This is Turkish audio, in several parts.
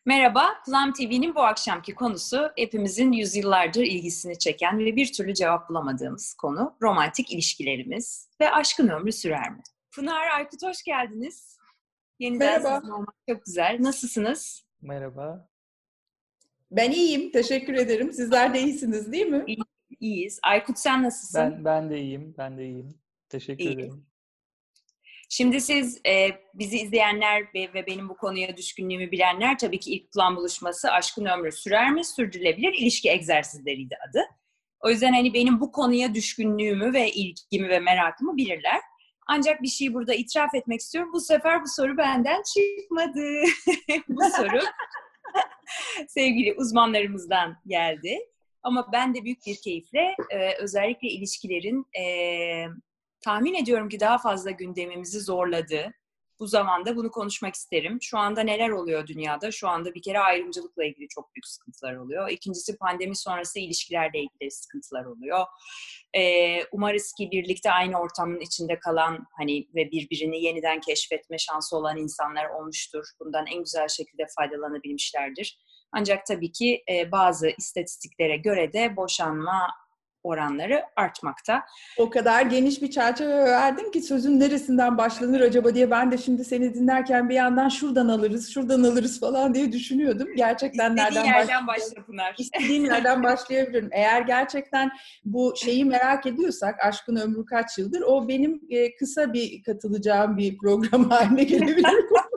Merhaba, Plum TV'nin bu akşamki konusu hepimizin yüzyıllardır ilgisini çeken ve bir türlü cevap bulamadığımız konu romantik ilişkilerimiz ve aşkın ömrü sürer mi? Pınar, Aykut hoş geldiniz. Yeniden Merhaba. sizinle olmak çok güzel. Nasılsınız? Merhaba. Ben iyiyim. Teşekkür ederim. Sizler de iyisiniz, değil mi? İyi, iyiyiz. Aykut sen nasılsın? Ben de iyiyim. Ben de iyiyim. Teşekkür İyi. ederim. Şimdi siz bizi izleyenler ve benim bu konuya düşkünlüğümü bilenler tabii ki ilk plan buluşması aşkın ömrü sürer mi? Sürdürülebilir ilişki egzersizleriydi adı. O yüzden hani benim bu konuya düşkünlüğümü ve ilgimi ve merakımı bilirler. Ancak bir şeyi burada itiraf etmek istiyorum. Bu sefer bu soru benden çıkmadı. Bu soru sevgili uzmanlarımızdan geldi. Ama ben de büyük bir keyifle özellikle ilişkilerin tahmin ediyorum ki daha fazla gündemimizi zorladığı bu zamanda bunu konuşmak isterim. Şu anda neler oluyor dünyada? Şu anda bir kere ayrımcılıkla ilgili çok büyük sıkıntılar oluyor. İkincisi pandemi sonrası ilişkilerle ilgili sıkıntılar oluyor. Umarız ki birlikte aynı ortamın içinde kalan hani ve birbirini yeniden keşfetme şansı olan insanlar olmuştur. Bundan en güzel şekilde faydalanabilmişlerdir. Ancak tabii ki bazı istatistiklere göre de boşanma oranları artmakta. O kadar geniş bir çerçeve verdin ki sözün neresinden başlanır acaba diye ben de şimdi seni dinlerken bir yandan şuradan alırız falan diye düşünüyordum. Gerçekten İstediğin yerden başla Pınar. İstediğim yerden başlayabilirim. Eğer gerçekten bu şeyi merak ediyorsak, aşkın ömrü kaç yıldır, o benim kısa bir katılacağım bir program haline gelebilir.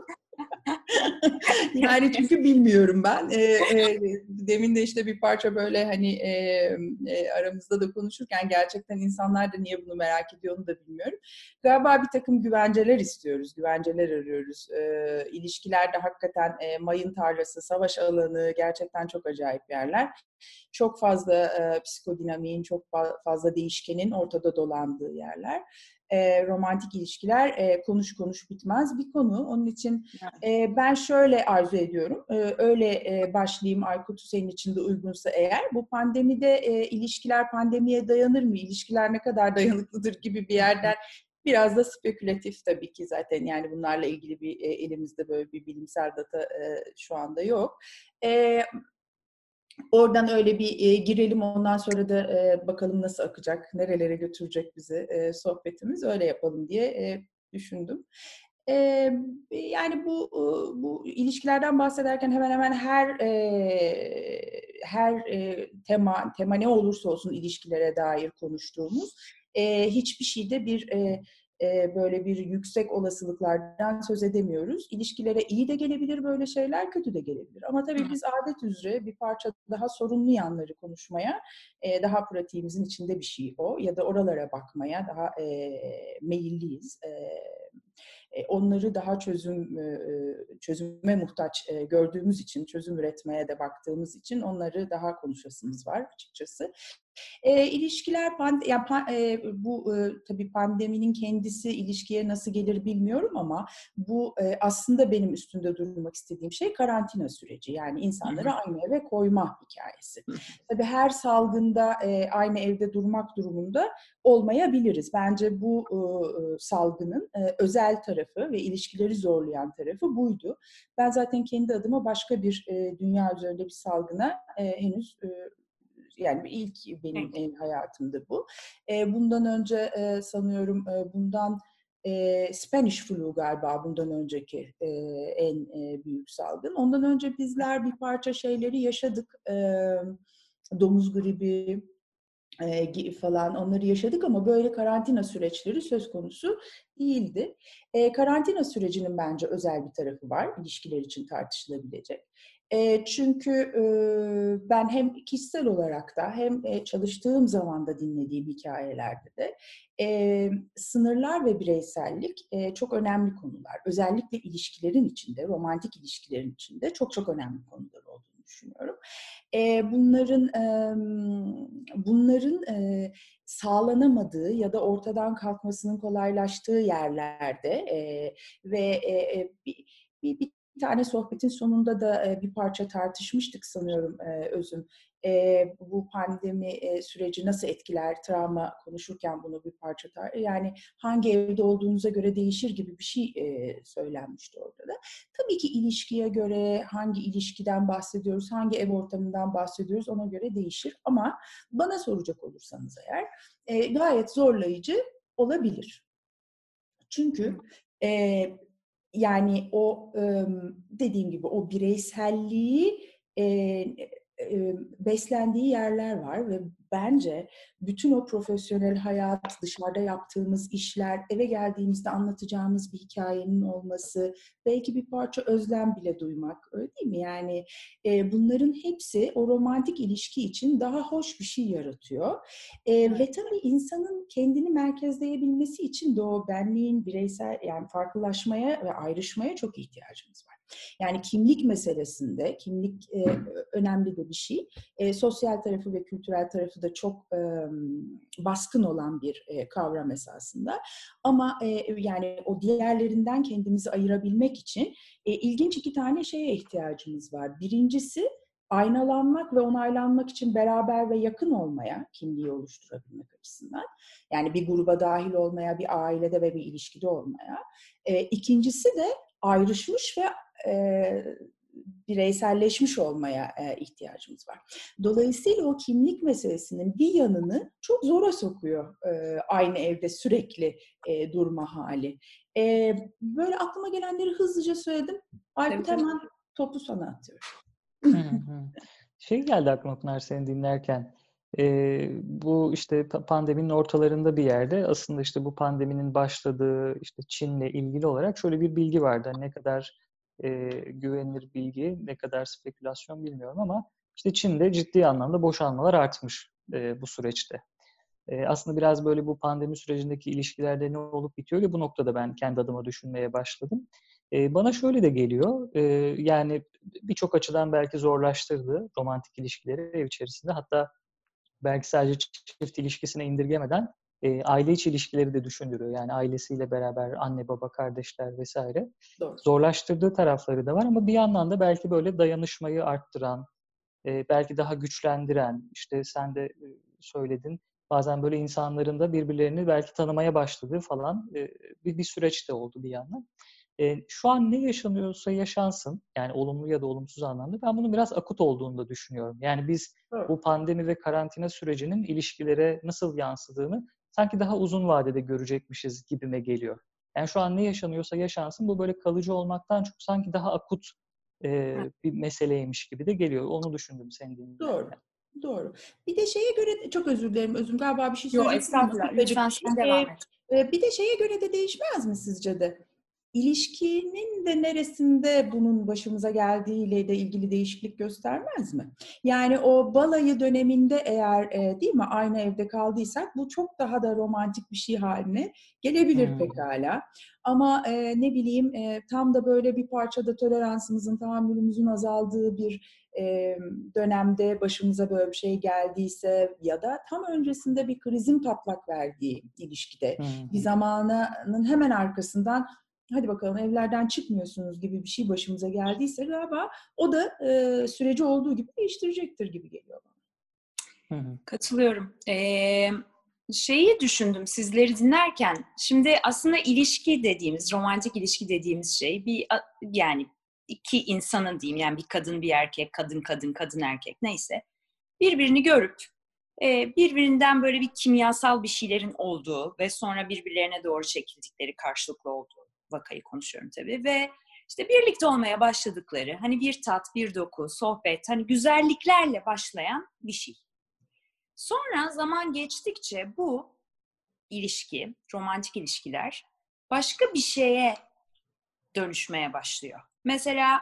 Yani çünkü bilmiyorum ben. Demin de işte bir parça böyle hani aramızda da konuşurken gerçekten insanlar da niye bunu merak ediyor onu da bilmiyorum. Galiba bir takım güvenceler istiyoruz, güvenceler arıyoruz. İlişkilerde hakikaten mayın tarlası, savaş alanı gerçekten çok acayip yerler. Çok fazla psikodinamiğin, çok fazla değişkenin ortada dolandığı yerler. Romantik ilişkiler konuş bitmez bir konu. Onun için ben şöyle arzu ediyorum. Öyle başlayayım Aykut, senin için de uygunsa eğer. Bu pandemide ilişkiler pandemiye dayanır mı? İlişkiler ne kadar dayanıklıdır gibi bir yerden biraz da spekülatif tabii ki zaten. Yani bunlarla ilgili bir elimizde böyle bir bilimsel data şu anda yok. Oradan öyle bir girelim, ondan sonra da bakalım nasıl akacak, nerelere götürecek bizi sohbetimiz, öyle yapalım diye düşündüm. Yani bu ilişkilerden bahsederken hemen hemen her tema ne olursa olsun ilişkilere dair konuştuğumuz hiçbir şeyde böyle bir yüksek olasılıklardan söz edemiyoruz. İlişkilere iyi de gelebilir böyle şeyler, kötü de gelebilir. Ama tabii biz adet üzere bir parça daha sorunlu yanları konuşmaya, daha pratiğimizin içinde bir şey o ya da oralara bakmaya daha meyilliyiz. Onları daha çözüme muhtaç gördüğümüz için, çözüm üretmeye de baktığımız için onları daha konuşasımız var açıkçası. İlişkiler, tabii pandeminin kendisi ilişkiye nasıl gelir bilmiyorum ama bu aslında benim üstünde durmak istediğim şey karantina süreci. Yani insanları aynı eve koyma hikayesi. Tabii her salgında aynı evde durmak durumunda olmayabiliriz. Bence bu salgının özel tarafı ve ilişkileri zorlayan tarafı buydu. Ben zaten kendi adıma başka bir dünya üzerinde bir salgına henüz yani ilk benim hayatımda bu. Bundan önce sanıyorum Spanish flu galiba bundan önceki en büyük salgın. Ondan önce bizler bir parça şeyleri yaşadık. Domuz gribi falan onları yaşadık ama böyle karantina süreçleri söz konusu değildi. Karantina sürecinin bence özel bir tarafı var, ilişkiler için tartışılabilecek. Çünkü ben hem kişisel olarak da hem çalıştığım zaman da dinlediğim hikayelerde de sınırlar ve bireysellik çok önemli konular. Özellikle ilişkilerin içinde, romantik ilişkilerin içinde çok çok önemli konular olduğunu düşünüyorum. Bunların sağlanamadığı ya da ortadan kalkmasının kolaylaştığı yerlerde ve bir bir tane sohbetin sonunda da bir parça tartışmıştık sanıyorum Özüm. Bu pandemi süreci nasıl etkiler, travma konuşurken bunu bir parça yani hangi evde olduğunuza göre değişir gibi bir şey söylenmişti orada da. Tabii ki ilişkiye göre, hangi ilişkiden bahsediyoruz, hangi ev ortamından bahsediyoruz ona göre değişir. Ama bana soracak olursanız eğer gayet zorlayıcı olabilir. Çünkü yani o dediğim gibi o bireyselliği beslendiği yerler var ve bence bütün o profesyonel hayat, dışarıda yaptığımız işler, eve geldiğimizde anlatacağımız bir hikayenin olması, belki bir parça özlem bile duymak, öyle değil mi? Yani bunların hepsi o romantik ilişki için daha hoş bir şey yaratıyor. Ve tabii insanın kendini merkezleyebilmesi için de o benliğin bireysel, yani farklılaşmaya ve ayrışmaya çok ihtiyacımız var. Yani kimlik meselesinde, kimlik önemli de bir şey. Sosyal tarafı ve kültürel tarafı da çok baskın olan bir kavram esasında. Ama yani o diğerlerinden kendimizi ayırabilmek için ilginç iki tane şeye ihtiyacımız var. Birincisi, aynalanmak ve onaylanmak için beraber ve yakın olmaya, kimliği oluşturabilmek açısından. Yani bir gruba dahil olmaya, bir ailede ve bir ilişkide olmaya. İkincisi de ayrışmış ve bireyselleşmiş olmaya ihtiyacımız var. Dolayısıyla o kimlik meselesinin bir yanını çok zora sokuyor aynı evde sürekli durma hali. Böyle aklıma gelenleri hızlıca söyledim. Aykut, hemen topu sana atıyorum. Şey geldi aklıma Pınar seni dinlerken. Bu işte pandeminin ortalarında bir yerde aslında işte bu pandeminin başladığı işte Çin'le ilgili olarak şöyle bir bilgi vardı. Ne kadar güvenilir bilgi, ne kadar spekülasyon bilmiyorum ama işte Çin'de ciddi anlamda boşanmalar artmış bu süreçte. Aslında biraz böyle bu pandemi sürecindeki ilişkilerde ne olup bitiyor ya bu noktada ben kendi adıma düşünmeye başladım. Bana şöyle de geliyor, yani birçok açıdan belki zorlaştırdı romantik ilişkileri ev içerisinde. Hatta belki sadece çift ilişkisine indirgemeden aile içi ilişkileri de düşündürüyor. Yani ailesiyle beraber anne, baba, kardeşler vesaire. Doğru. Zorlaştırdığı tarafları da var ama bir yandan da belki böyle dayanışmayı arttıran, belki daha güçlendiren, işte sen de söyledin, bazen böyle insanların da birbirlerini belki tanımaya başladığı falan bir süreç de oldu bir yandan. Şu an ne yaşanıyorsa yaşansın, yani olumlu ya da olumsuz anlamda ben bunun biraz akut olduğunu da düşünüyorum. Yani biz bu pandemi ve karantina sürecinin ilişkilere nasıl yansıdığını sanki daha uzun vadede görecekmişiz gibime geliyor. Yani şu an ne yaşanıyorsa yaşansın, bu böyle kalıcı olmaktan çok sanki daha akut bir meseleymiş gibi de geliyor. Onu düşündüm seni dinlerken. Doğru. Doğru. Bir de şeye göre, çok özür dilerim Özüm, galiba bir şey Yok, söyleyecektim ama estağfurullah. ufacık Lütfen bir şey. sen devam et. Bir de şeye göre de değişmez mi sizce de? İlişkinin de neresinde bunun başımıza geldiğiyle de ilgili değişiklik göstermez mi? Yani o balayı döneminde eğer değil mi aynı evde kaldıysak bu çok daha da romantik bir şey haline gelebilir pekala. Ama ne bileyim tam da böyle bir parçada toleransımızın, tahammülümüzün azaldığı bir dönemde başımıza böyle bir şey geldiyse ya da tam öncesinde bir krizin patlak verdiği ilişkide bir zamanının hemen arkasından hadi bakalım evlerden çıkmıyorsunuz gibi bir şey başımıza geldiyse galiba o da süreci olduğu gibi değiştirecektir gibi geliyor bana. Katılıyorum. Şeyi düşündüm sizleri dinlerken. Şimdi aslında ilişki dediğimiz, romantik ilişki dediğimiz şey yani iki insanın diyeyim, yani bir kadın bir erkek, kadın kadın, kadın erkek neyse birbirini görüp birbirinden böyle bir kimyasal bir şeylerin olduğu ve sonra birbirlerine doğru çekildikleri, karşılıklı olduğu vakayı konuşuyorum tabii ve işte birlikte olmaya başladıkları, hani bir tat, bir doku, sohbet, hani güzelliklerle başlayan bir şey. Sonra zaman geçtikçe bu ilişki, romantik ilişkiler başka bir şeye dönüşmeye başlıyor. Mesela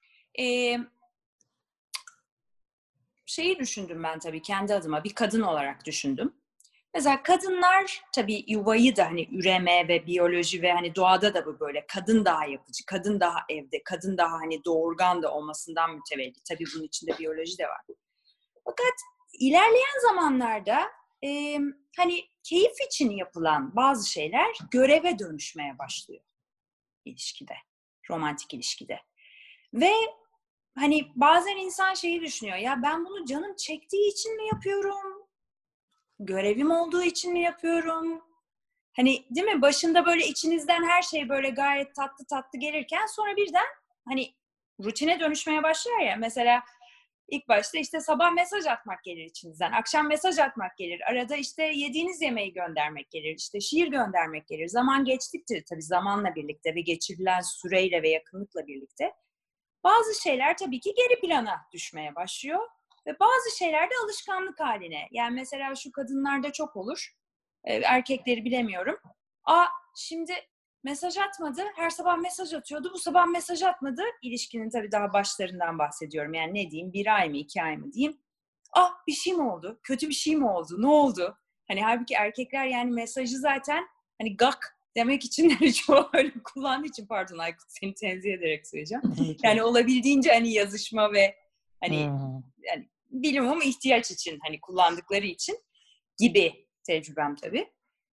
şeyi düşündüm ben tabii kendi adıma, bir kadın olarak düşündüm. Mesela kadınlar tabii yuvayı da hani üreme ve biyoloji ve hani doğada da bu böyle kadın daha yapıcı, kadın daha evde, kadın daha hani doğurgan da olmasından mütevellit. Tabii bunun içinde biyoloji de var. Fakat ilerleyen zamanlarda hani keyif için yapılan bazı şeyler göreve dönüşmeye başlıyor ilişkide, romantik ilişkide. Ve hani bazen insan şeyi düşünüyor. Ya ben bunu canım çektiği için mi yapıyorum? Görevim olduğu için mi yapıyorum? Hani değil mi? Başında böyle içinizden her şey böyle gayet tatlı tatlı gelirken sonra birden hani rutine dönüşmeye başlar ya. Mesela ilk başta işte sabah mesaj atmak gelir içinizden. Akşam mesaj atmak gelir. Arada işte yediğiniz yemeği göndermek gelir. İşte şiir göndermek gelir. Zaman geçtikçe tabii zamanla birlikte ve geçirilen süreyle ve yakınlıkla birlikte bazı şeyler tabii ki geri plana düşmeye başlıyor. Ve bazı şeyler de alışkanlık haline. Yani mesela şu kadınlarda çok olur. Erkekleri bilemiyorum. Şimdi mesaj atmadı. Her sabah mesaj atıyordu. Bu sabah mesaj atmadı. İlişkinin tabii daha başlarından bahsediyorum. Yani ne diyeyim? 1 ay mı 2 ay mı diyeyim. Bir şey mi oldu? Kötü bir şey mi oldu? Ne oldu? Hani halbuki erkekler yani mesajı zaten hani gak demek için hani çoğu öyle kullandığı için pardon Aykut seni tenzih ederek söyleyeceğim. Yani olabildiğince hani yazışma ve hani yani bilimum ihtiyaç için hani kullandıkları için gibi tecrübem tabii.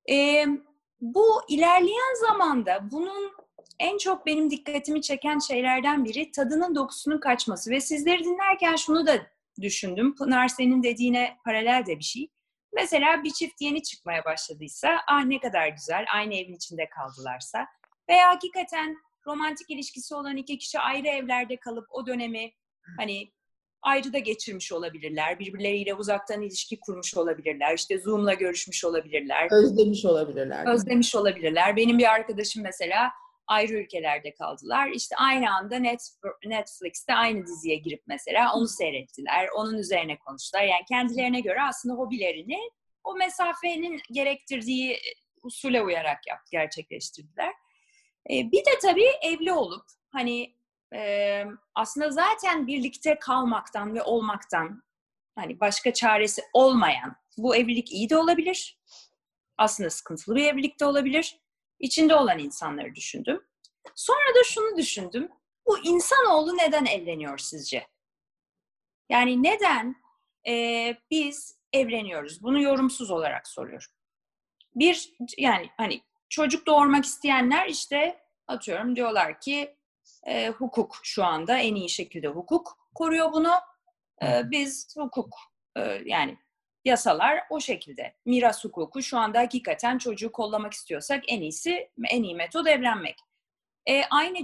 Bu ilerleyen zamanda bunun en çok benim dikkatimi çeken şeylerden biri tadının dokusunun kaçması ve sizleri dinlerken şunu da düşündüm. Pınar senin dediğine paralel de bir şey. Mesela bir çift yeni çıkmaya başladıysa ne kadar güzel aynı evin içinde kaldılarsa veya hakikaten romantik ilişkisi olan iki kişi ayrı evlerde kalıp o dönemi hani ayrı da geçirmiş olabilirler. Birbirleriyle uzaktan ilişki kurmuş olabilirler. İşte Zoom'la görüşmüş olabilirler. Özlemiş olabilirler. Özlemiş olabilirler. Benim bir arkadaşım mesela ayrı ülkelerde kaldılar. İşte aynı anda Netflix'te aynı diziye girip mesela onu seyrettiler. Onun üzerine konuştular. Yani kendilerine göre aslında hobilerini o mesafenin gerektirdiği usule uyarak gerçekleştirdiler. Bir de tabii evli olup hani aslında zaten birlikte kalmaktan ve olmaktan hani başka çaresi olmayan bu evlilik iyi de olabilir. Aslında sıkıntılı bir evlilik de olabilir. İçinde olan insanları düşündüm. Sonra da şunu düşündüm. Bu insanoğlu neden evleniyor sizce? Yani neden biz evleniyoruz? Bunu yorumsuz olarak soruyorum. Yani hani çocuk doğurmak isteyenler işte atıyorum diyorlar ki hukuk şu anda en iyi şekilde hukuk koruyor bunu. Biz hukuk yani yasalar o şekilde. Miras hukuku şu anda hakikaten çocuğu kollamak istiyorsak en iyi metot evlenmek. Aynı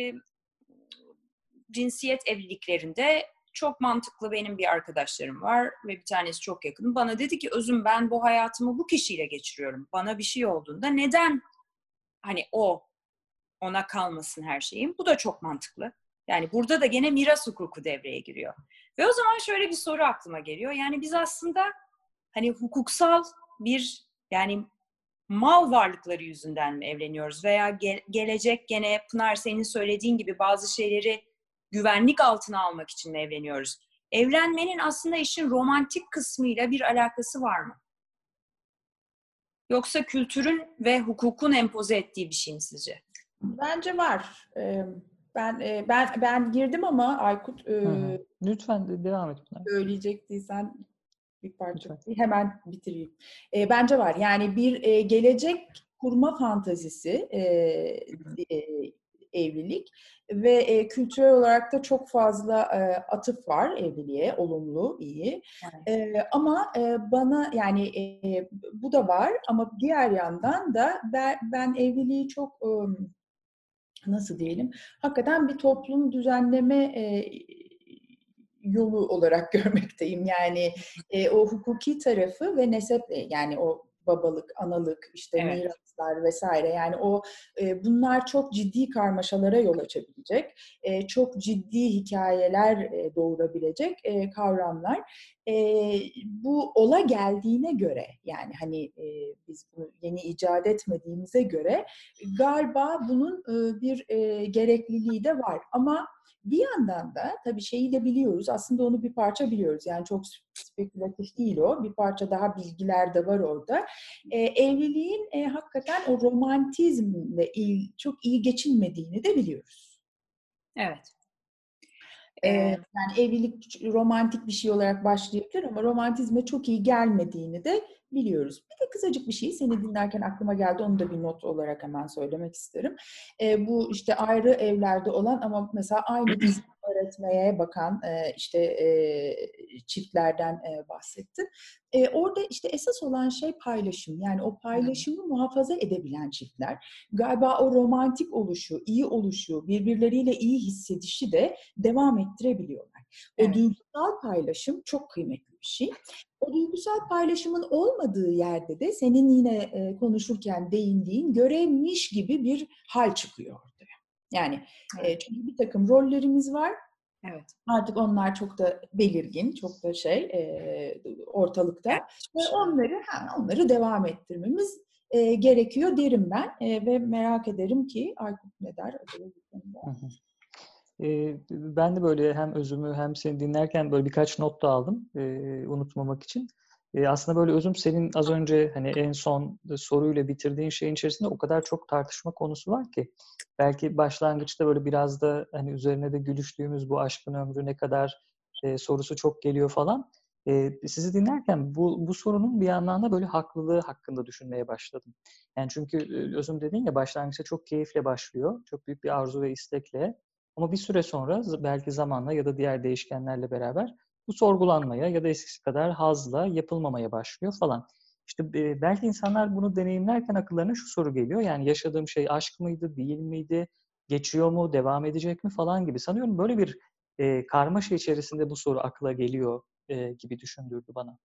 cinsiyet evliliklerinde çok mantıklı benim bir arkadaşlarım var ve bir tanesi çok yakın. Bana dedi ki Özüm ben bu hayatımı bu kişiyle geçiriyorum. Bana bir şey olduğunda neden hani ona kalmasın her şeyim? Bu da çok mantıklı. Yani burada da gene miras hukuku devreye giriyor. Ve o zaman şöyle bir soru aklıma geliyor. Yani biz aslında hani hukuksal bir yani mal varlıkları yüzünden mi evleniyoruz? Veya gelecek gene Pınar senin söylediğin gibi bazı şeyleri güvenlik altına almak için mi evleniyoruz? Evlenmenin aslında işin romantik kısmıyla bir alakası var mı? Yoksa kültürün ve hukukun empoze ettiği bir şey mi sizce? Bence var. Ben girdim ama Aykut lütfen devam et Pınar. söyleyecektiysen bir parça hemen bitireyim. Bence var. Yani bir gelecek kurma fantazisi evlilik ve kültürel olarak da çok fazla atıf var evliliğe, olumlu, iyi. Evet. Ama bana yani bu da var ama diğer yandan da ben evliliği çok nasıl diyelim, hakikaten bir toplum düzenleme yolu olarak görmekteyim. Yani o hukuki tarafı ve yani o babalık, analık, işte evet, miraslar vesaire yani bunlar çok ciddi karmaşalara yol açabilecek, çok ciddi hikayeler doğurabilecek kavramlar. Bu ola geldiğine göre yani hani biz bunu yeni icat etmediğimize göre galiba bunun bir gerekliliği de var ama bir yandan da tabii şeyi de biliyoruz. Aslında onu bir parça biliyoruz. Yani çok spekülatif değil o. Bir parça daha bilgiler de var orada. Evliliğin hakikaten o romantizmle çok iyi geçinmediğini de biliyoruz. Evet. Yani evlilik romantik bir şey olarak başlayabilir ama romantizme çok iyi gelmediğini de biliyoruz. Bir de kısacık bir şey seni dinlerken aklıma geldi. Onu da bir not olarak hemen söylemek isterim. Bu işte ayrı evlerde olan ama mesela aynı dizide öğretmeye bakan çiftlerden bahsettin. Orada işte esas olan şey paylaşım. Yani o paylaşımı muhafaza edebilen çiftler. Galiba o romantik oluşu, iyi oluşu, birbirleriyle iyi hissedişi de devam ettirebiliyorlar. O duygusal paylaşım çok kıymetli bir şey. O duygusal paylaşımın olmadığı yerde de senin yine konuşurken değindiğin görevmiş gibi bir hal çıkıyor ortaya. Yani çünkü bir takım rollerimiz var. Evet. Artık onlar çok da belirgin, çok da ortalıkta. Evet. Onları devam ettirmemiz gerekiyor derim ben. Ve merak ederim ki Aykut ne der acaba bu konuda? Ben de böyle hem özümü hem seni dinlerken böyle birkaç not da aldım unutmamak için. Aslında böyle özüm senin az önce hani en son soruyla bitirdiğin şeyin içerisinde o kadar çok tartışma konusu var ki belki başlangıçta böyle biraz da hani üzerine de gülüştüğümüz bu aşkın ömrü ne kadar sorusu çok geliyor falan. Sizi dinlerken bu sorunun bir yandan da böyle haklılığı hakkında düşünmeye başladım. Yani çünkü özüm dediğin ya başlangıçta çok keyifle başlıyor. Çok büyük bir arzu ve istekle. Ama bir süre sonra belki zamanla ya da diğer değişkenlerle beraber bu sorgulanmaya ya da eskisi kadar hazla yapılmamaya başlıyor falan. İşte belki insanlar bunu deneyimlerken akıllarına şu soru geliyor. Yani yaşadığım şey aşk mıydı, değil miydi, geçiyor mu, devam edecek mi falan gibi. Sanıyorum böyle bir karmaşa içerisinde bu soru akla geliyor gibi düşündürdü bana.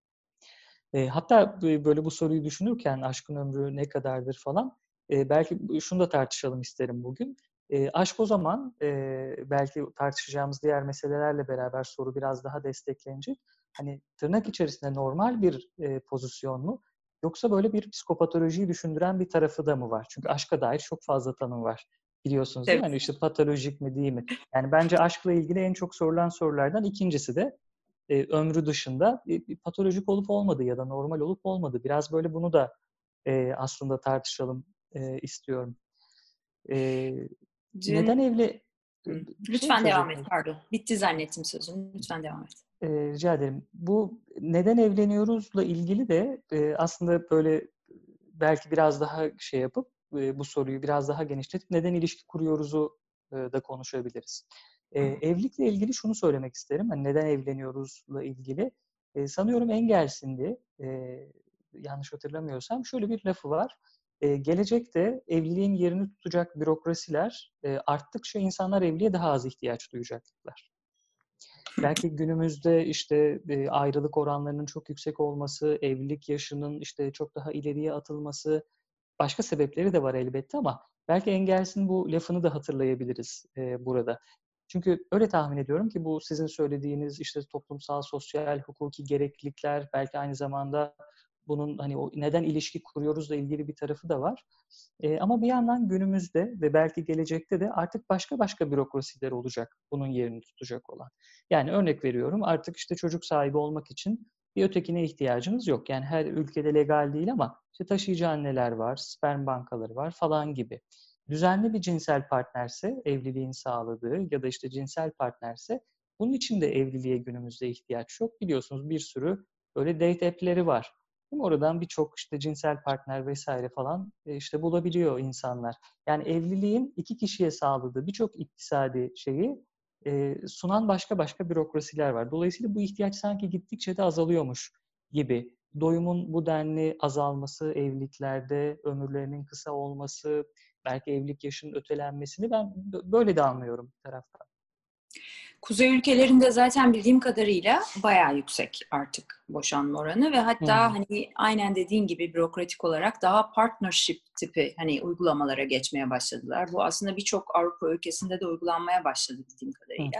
Hatta böyle bu soruyu düşünürken aşkın ömrü ne kadardır falan belki şunu da tartışalım isterim bugün. Aşk o zaman belki tartışacağımız diğer meselelerle beraber soru biraz daha desteklenecek. Hani tırnak içerisinde normal bir pozisyon mu? Yoksa böyle bir psikopatolojiyi düşündüren bir tarafı da mı var? Çünkü aşka dair çok fazla tanım var. Biliyorsunuz değil mi? Evet. Hani işte patolojik mi değil mi? Yani bence aşkla ilgili en çok sorulan sorulardan ikincisi de ömrü dışında bir patolojik olup olmadığı ya da normal olup olmadığı. Biraz böyle bunu da aslında tartışalım istiyorum. Neden evli... Bir şey mi Lütfen devam et, söyleyecektim? pardon. Bitti zannettim sözüm. Lütfen devam et. Rica ederim. Bu neden evleniyoruzla ilgili de aslında böyle belki biraz daha şey yapıp bu soruyu biraz daha genişletip neden ilişki kuruyoruzu da konuşabiliriz. Evlilikle ilgili şunu söylemek isterim. Hani neden evleniyoruzla ilgili. Sanıyorum Engels'indi. Yanlış hatırlamıyorsam şöyle bir lafı var. Gelecekte evliliğin yerini tutacak bürokrasiler arttıkça insanlar evliliğe daha az ihtiyaç duyacaklar. Belki günümüzde işte ayrılık oranlarının çok yüksek olması, evlilik yaşının işte çok daha ileriye atılması, başka sebepleri de var elbette ama belki Engels'in bu lafını da hatırlayabiliriz burada. Çünkü öyle tahmin ediyorum ki bu sizin söylediğiniz işte toplumsal, sosyal, hukuki gereklilikler, belki aynı zamanda bunun hani o neden ilişki kuruyoruzla ilgili bir tarafı da var. Ama bir yandan günümüzde ve belki gelecekte de artık başka bürokrasiler olacak bunun yerini tutacak olan. Yani örnek veriyorum artık işte çocuk sahibi olmak için bir ötekine ihtiyacınız yok. Yani her ülkede legal değil ama işte taşıyıcı anneler var, sperm bankaları var falan gibi. Düzenli bir cinsel partnerse evliliğin sağladığı ya da işte cinsel partnerse bunun için de evliliğe günümüzde ihtiyaç yok. Biliyorsunuz bir sürü böyle date app'leri var. Oradan birçok işte cinsel partner vesaire falan işte bulabiliyor insanlar. Yani evliliğin iki kişiye sağladığı birçok iktisadi şeyi sunan başka bürokrasiler var. Dolayısıyla bu ihtiyaç sanki gittikçe de azalıyormuş gibi. Doyumun bu denli azalması, evliliklerde ömürlerinin kısa olması, belki evlilik yaşının ötelenmesini ben böyle de anlıyorum bir taraftan. Kuzey ülkelerinde zaten bildiğim kadarıyla bayağı yüksek artık boşanma oranı ve hatta hani aynen dediğin gibi bürokratik olarak daha partnership tipi hani uygulamalara geçmeye başladılar. Bu aslında birçok Avrupa ülkesinde de uygulanmaya başladı bildiğim kadarıyla.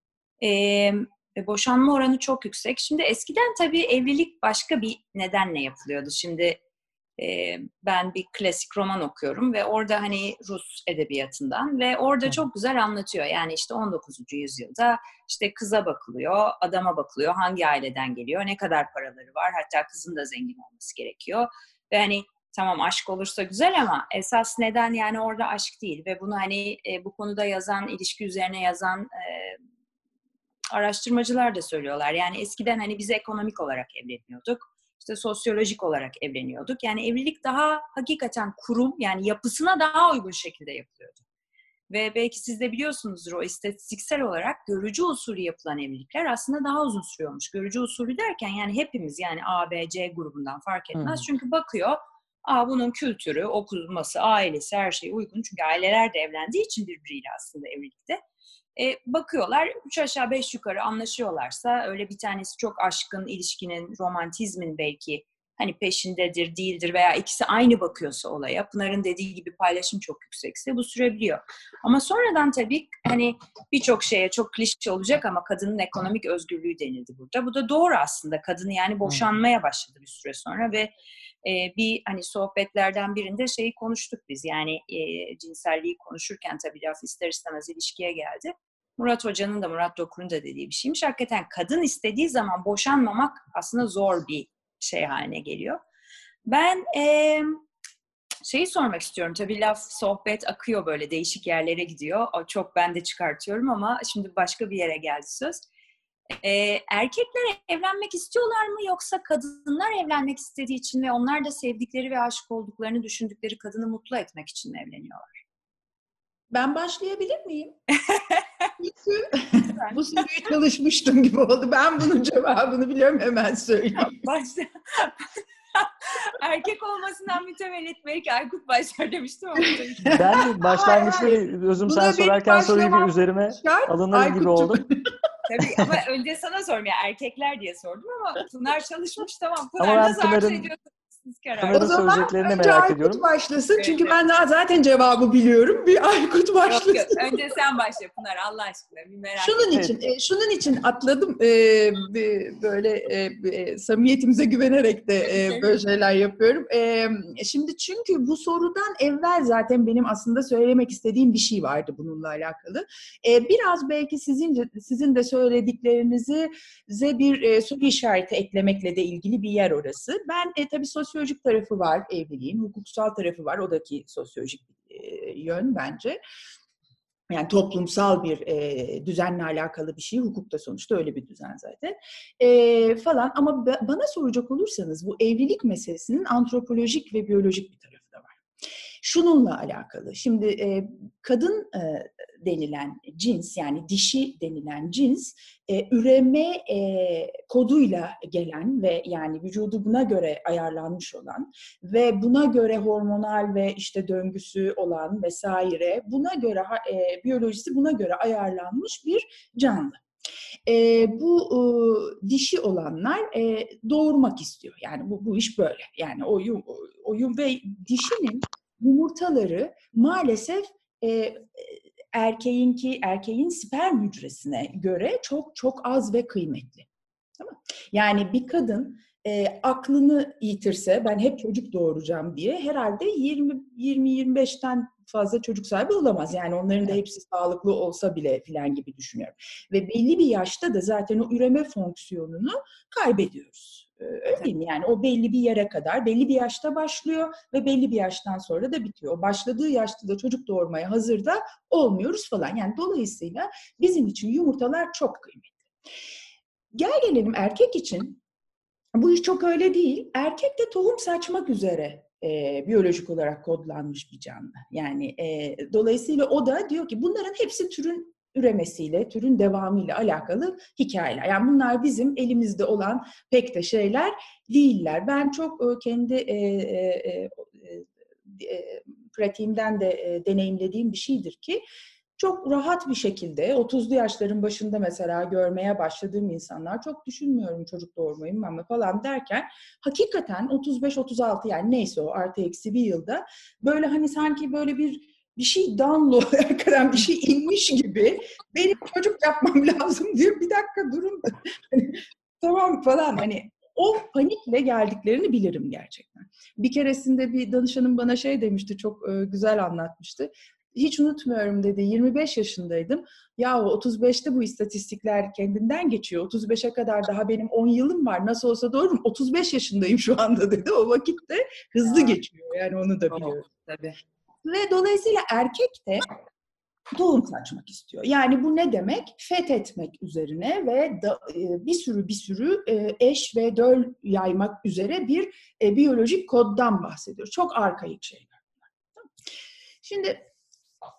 Boşanma oranı çok yüksek. Şimdi eskiden tabii evlilik başka bir nedenle yapılıyordu. Şimdi ben bir klasik roman okuyorum ve orada hani Rus edebiyatından ve orada çok güzel anlatıyor. Yani işte 19. yüzyılda işte kıza bakılıyor, adama bakılıyor, hangi aileden geliyor, ne kadar paraları var, hatta kızın da zengin olması gerekiyor. Ve hani tamam aşk olursa güzel ama esas neden yani orada aşk değil ve bunu hani bu konuda yazan, ilişki üzerine yazan araştırmacılar da söylüyorlar. Yani eskiden hani biz ekonomik olarak evleniyorduk. İşte sosyolojik olarak evleniyorduk. Yani evlilik daha hakikaten kurum yani yapısına daha uygun şekilde yapılıyordu. Ve belki siz de biliyorsunuzdur, o istatistiksel olarak görücü usulü yapılan evlilikler aslında daha uzun sürüyormuş. Görücü usulü derken yani hepimiz, yani A, B, C grubundan fark etmez. Çünkü bakıyor, bunun kültürü, okuması, ailesi, her şey uygun. Çünkü aileler de evlendiği için birbiriyle aslında evlilikte. Bakıyorlar, 3 aşağı 5 yukarı anlaşıyorlarsa, öyle bir tanesi çok aşkın, ilişkinin, romantizmin belki hani peşindedir, değildir veya ikisi aynı bakıyorsa olaya, Pınar'ın dediği gibi paylaşım çok yüksekse bu sürebiliyor. Ama sonradan tabii hani birçok şeye çok klişe olacak ama kadının ekonomik özgürlüğü denildi burada. Bu da doğru aslında. Kadını yani boşanmaya başladı bir süre sonra ve bir hani sohbetlerden birinde şeyi konuştuk biz. Yani cinselliği konuşurken tabii laf ister istemez ilişkiye geldi. Murat Hoca'nın da, Murat Dokur'un da dediği bir şeymiş. Hakikaten kadın istediği zaman boşanmamak aslında zor bir şey haline geliyor. Ben şeyi sormak istiyorum. Tabii laf, sohbet akıyor, böyle değişik yerlere gidiyor. O çok ben de çıkartıyorum ama şimdi başka bir yere geldi söz. Erkekler evlenmek istiyorlar mı, yoksa kadınlar evlenmek istediği için ve onlar da sevdikleri ve aşık olduklarını düşündükleri kadını mutlu etmek için mi evleniyorlar? Ben başlayabilir miyim? Bu soruyu çalışmıştım gibi oldu. Ben bunun cevabını biliyorum, hemen söyleyeyim. Başla. Erkek olmasından mütevellit belki Aykut başlar demiştim ama. Ben de başlangıçta bir özüm sen sorarken soruyu bir üzerime alınır gibi oldum. Tabii ama önce sana sorayım ya, erkekler diye sordum ama Pınar çalışmış, tamam. Pınar nasıl arzu ediyorsunuz? Pınar'ın söyleyeceklerini merak ediyorum. Aykut başlasın çünkü ben daha zaten cevabı biliyorum. Bir Aykut başlasın. Yok. Önce sen başla Pınar, Allah aşkına, bir merak Şunun için atladım. Böyle samimiyetimize güvenerek de böyle şeyler yapıyorum. Şimdi çünkü bu sorudan evvel zaten benim aslında söylemek istediğim bir şey vardı bununla alakalı. Biraz belki sizin de söylediklerinize bir soru işareti eklemekle de ilgili bir yer orası. Ben tabii sosyolojik tarafı var evliliğin, hukuksal tarafı var. O da ki sosyolojik yön bence. Yani toplumsal bir düzenle alakalı bir şey. Hukukta sonuçta öyle bir düzen zaten. Falan. Ama bana soracak olursanız bu evlilik meselesinin antropolojik ve biyolojik bir tarafı da var. Şununla alakalı. Şimdi kadın denilen cins, yani dişi denilen cins üreme koduyla gelen ve yani vücudu buna göre ayarlanmış olan ve buna göre hormonal ve işte döngüsü olan vesaire, buna göre biyolojisi buna göre ayarlanmış bir canlı. Bu dişi olanlar doğurmak istiyor. Yani bu iş böyle. Yani oyun ve dişinin yumurtaları maalesef erkeğin sperm hücresine göre çok çok az ve kıymetli. Tamam. Yani bir kadın aklını yitirse, ben hep çocuk doğuracağım diye, herhalde 20-25'ten fazla çocuk sahibi olamaz. Yani onların da hepsi sağlıklı olsa bile filan gibi düşünüyorum. Ve belli bir yaşta da zaten o üreme fonksiyonunu kaybediyoruz. Öyle değil mi? Yani o belli bir yere kadar, belli bir yaşta başlıyor ve belli bir yaştan sonra da bitiyor. O başladığı yaşta da çocuk doğurmaya hazır da olmuyoruz falan. Yani dolayısıyla bizim için yumurtalar çok kıymetli. Gel gelelim erkek için. Bu iş çok öyle değil. Erkek de tohum saçmak üzere biyolojik olarak kodlanmış bir canlı. Yani dolayısıyla o da diyor ki bunların hepsi türün üremesiyle, türün devamıyla alakalı hikayeler. Yani bunlar bizim elimizde olan pek de şeyler değiller. Ben çok kendi pratiğimden de deneyimlediğim bir şeydir ki çok rahat bir şekilde 30'lu yaşların başında mesela görmeye başladığım insanlar, çok düşünmüyorum çocuk doğurmayı falan derken, hakikaten 35-36, yani neyse o artı eksi bir yılda böyle hani sanki böyle bir şey download, bir şey inmiş gibi, benim çocuk yapmam lazım diyor. Bir dakika durun. Tamam falan, hani o panikle geldiklerini bilirim gerçekten. Bir keresinde bir danışanım bana şey demişti, çok güzel anlatmıştı. Hiç unutmuyorum dedi, 25 yaşındaydım. Ya 35'te bu istatistikler kendinden geçiyor. 35'e kadar daha benim 10 yılım var. Nasıl olsa doğru mu? 35 yaşındayım şu anda dedi. O vakit de hızlı geçiyor. Yani onu da biliyorum. Tabii. Ve dolayısıyla erkek de tohum saçmak istiyor. Yani bu ne demek? Fethetmek üzerine ve bir sürü eş ve döl yaymak üzere bir biyolojik koddan bahsediyor. Çok arkaik şeyler. Şimdi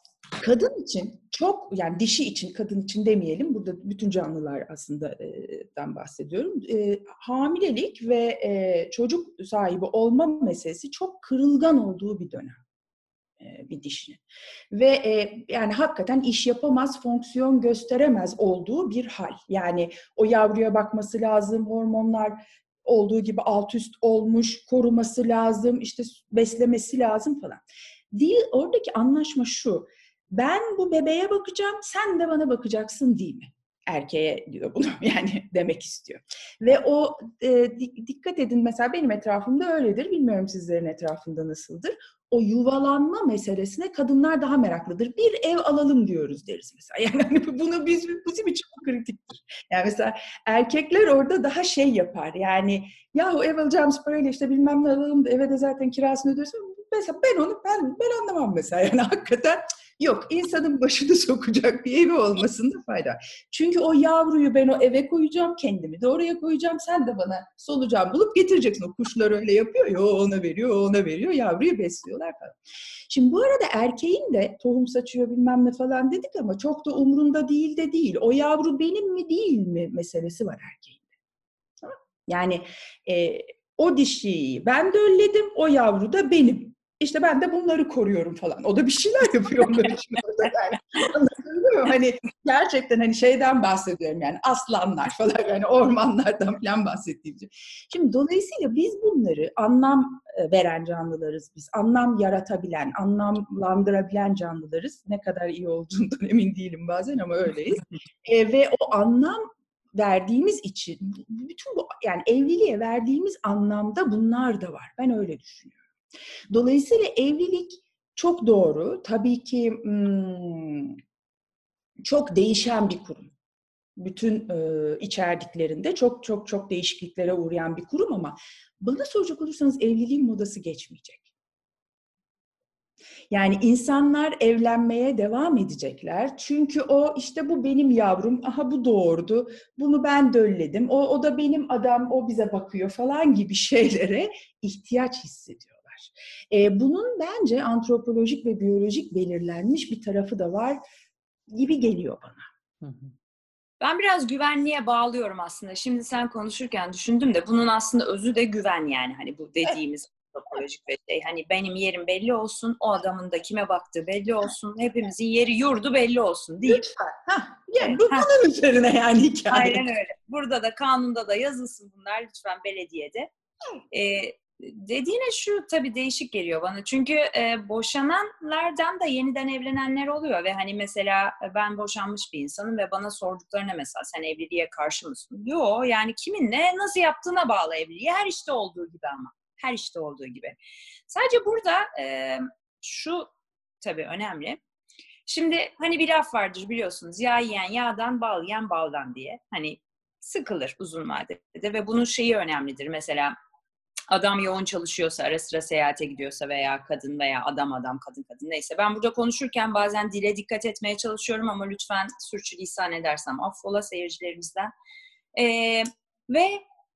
Kadın için çok, yani dişi için, kadın için demeyelim, burada bütün canlılar aslında bahsediyorum. Hamilelik ve çocuk sahibi olma meselesi çok kırılgan olduğu bir dönem bir dişinin. Ve yani hakikaten iş yapamaz, fonksiyon gösteremez olduğu bir hal. Yani o yavruya bakması lazım, hormonlar olduğu gibi alt üst olmuş, koruması lazım, işte beslemesi lazım falan. Oradaki anlaşma şu: ben bu bebeğe bakacağım, sen de bana bakacaksın değil mi? Erkeğe diyor bunu, yani demek istiyor. Ve o dikkat edin, mesela benim etrafımda öyledir, bilmiyorum sizlerin etrafında nasıldır. O yuvalanma meselesine kadınlar daha meraklıdır. Bir ev alalım diyoruz deriz mesela. Yani bunu bizim için bu kritiktir. Yani mesela erkekler orada daha şey yapar. Yani yahu ev alacağımız parayla işte bilmem ne alalım da eve de zaten kirasını ödüyorsun. Mesela ben anlamam mesela. Yani hakikaten yok, insanın başını sokacak bir evi olmasında fayda var. Çünkü o yavruyu ben o eve koyacağım, kendimi de oraya koyacağım, sen de bana solucan bulup getireceksin. O kuşlar öyle yapıyor ya, o ona veriyor, o ona veriyor, yavruyu besliyorlar falan. Şimdi bu arada erkeğin de tohum saçıyor bilmem ne falan dedik ama çok da umrunda değil de değil. O yavru benim mi değil mi meselesi var erkeğin de. Tamam? Yani o dişiyi ben dölledim, o yavru da benim. İşte ben de bunları koruyorum falan. O da bir şeyler yapıyor onlar için orada yani. Anlatabiliyor muyum? Hani gerçekten hani şeyden bahsediyorum yani, aslanlar falan, yani ormanlardan falan bahsettiğim için. Şimdi dolayısıyla biz bunları anlam veren canlılarız biz. Anlam yaratabilen, anlamlandırabilen canlılarız. Ne kadar iyi olduğundan emin değilim bazen ama öyleyiz. Ve o anlam verdiğimiz için bütün bu, yani evliliğe verdiğimiz anlamda bunlar da var. Ben öyle düşünüyorum. Dolayısıyla evlilik çok doğru. Tabii ki çok değişen bir kurum. Bütün içerdiklerinde çok çok çok değişikliklere uğrayan bir kurum ama bana soracak olursanız evliliğin modası geçmeyecek. Yani insanlar evlenmeye devam edecekler. Çünkü o işte bu benim yavrum, aha bu doğurdu, bunu ben dölledim, o da benim adam, o bize bakıyor falan gibi şeylere ihtiyaç hissediyorlar. Bunun bence antropolojik ve biyolojik belirlenmiş bir tarafı da var gibi geliyor bana. Ben biraz güvenliğe bağlıyorum aslında. Şimdi sen konuşurken düşündüm de bunun aslında özü de güven, yani hani bu dediğimiz antropolojik ve şey, hani benim yerim belli olsun, o adamın da kime baktığı belli olsun, hepimizin yeri yurdu belli olsun deyip. Lütfen. Yani bunun üzerine yani hikaye. Aynen öyle. Burada da kanunda da yazılsın bunlar lütfen, belediyede. Dediğine şu tabii değişik geliyor bana. Çünkü boşananlardan da yeniden evlenenler oluyor ve hani mesela ben boşanmış bir insanım ve bana sorduklarına mesela sen evliliğe karşı mısın? Yok, yani kiminle nasıl yaptığına bağlı evliliği. Her işte olduğu gibi ama. Her işte olduğu gibi. Sadece burada şu tabii önemli. Şimdi hani bir laf vardır biliyorsunuz. Yağ yiyen yağdan, bal yiyen baldan diye. Hani sıkılır uzun vadede ve bunun şeyi önemlidir. Mesela adam yoğun çalışıyorsa, ara sıra seyahate gidiyorsa veya kadın veya adam, kadın neyse. Ben burada konuşurken bazen dile dikkat etmeye çalışıyorum ama lütfen sürçülisan edersem affola seyircilerimizden. Ve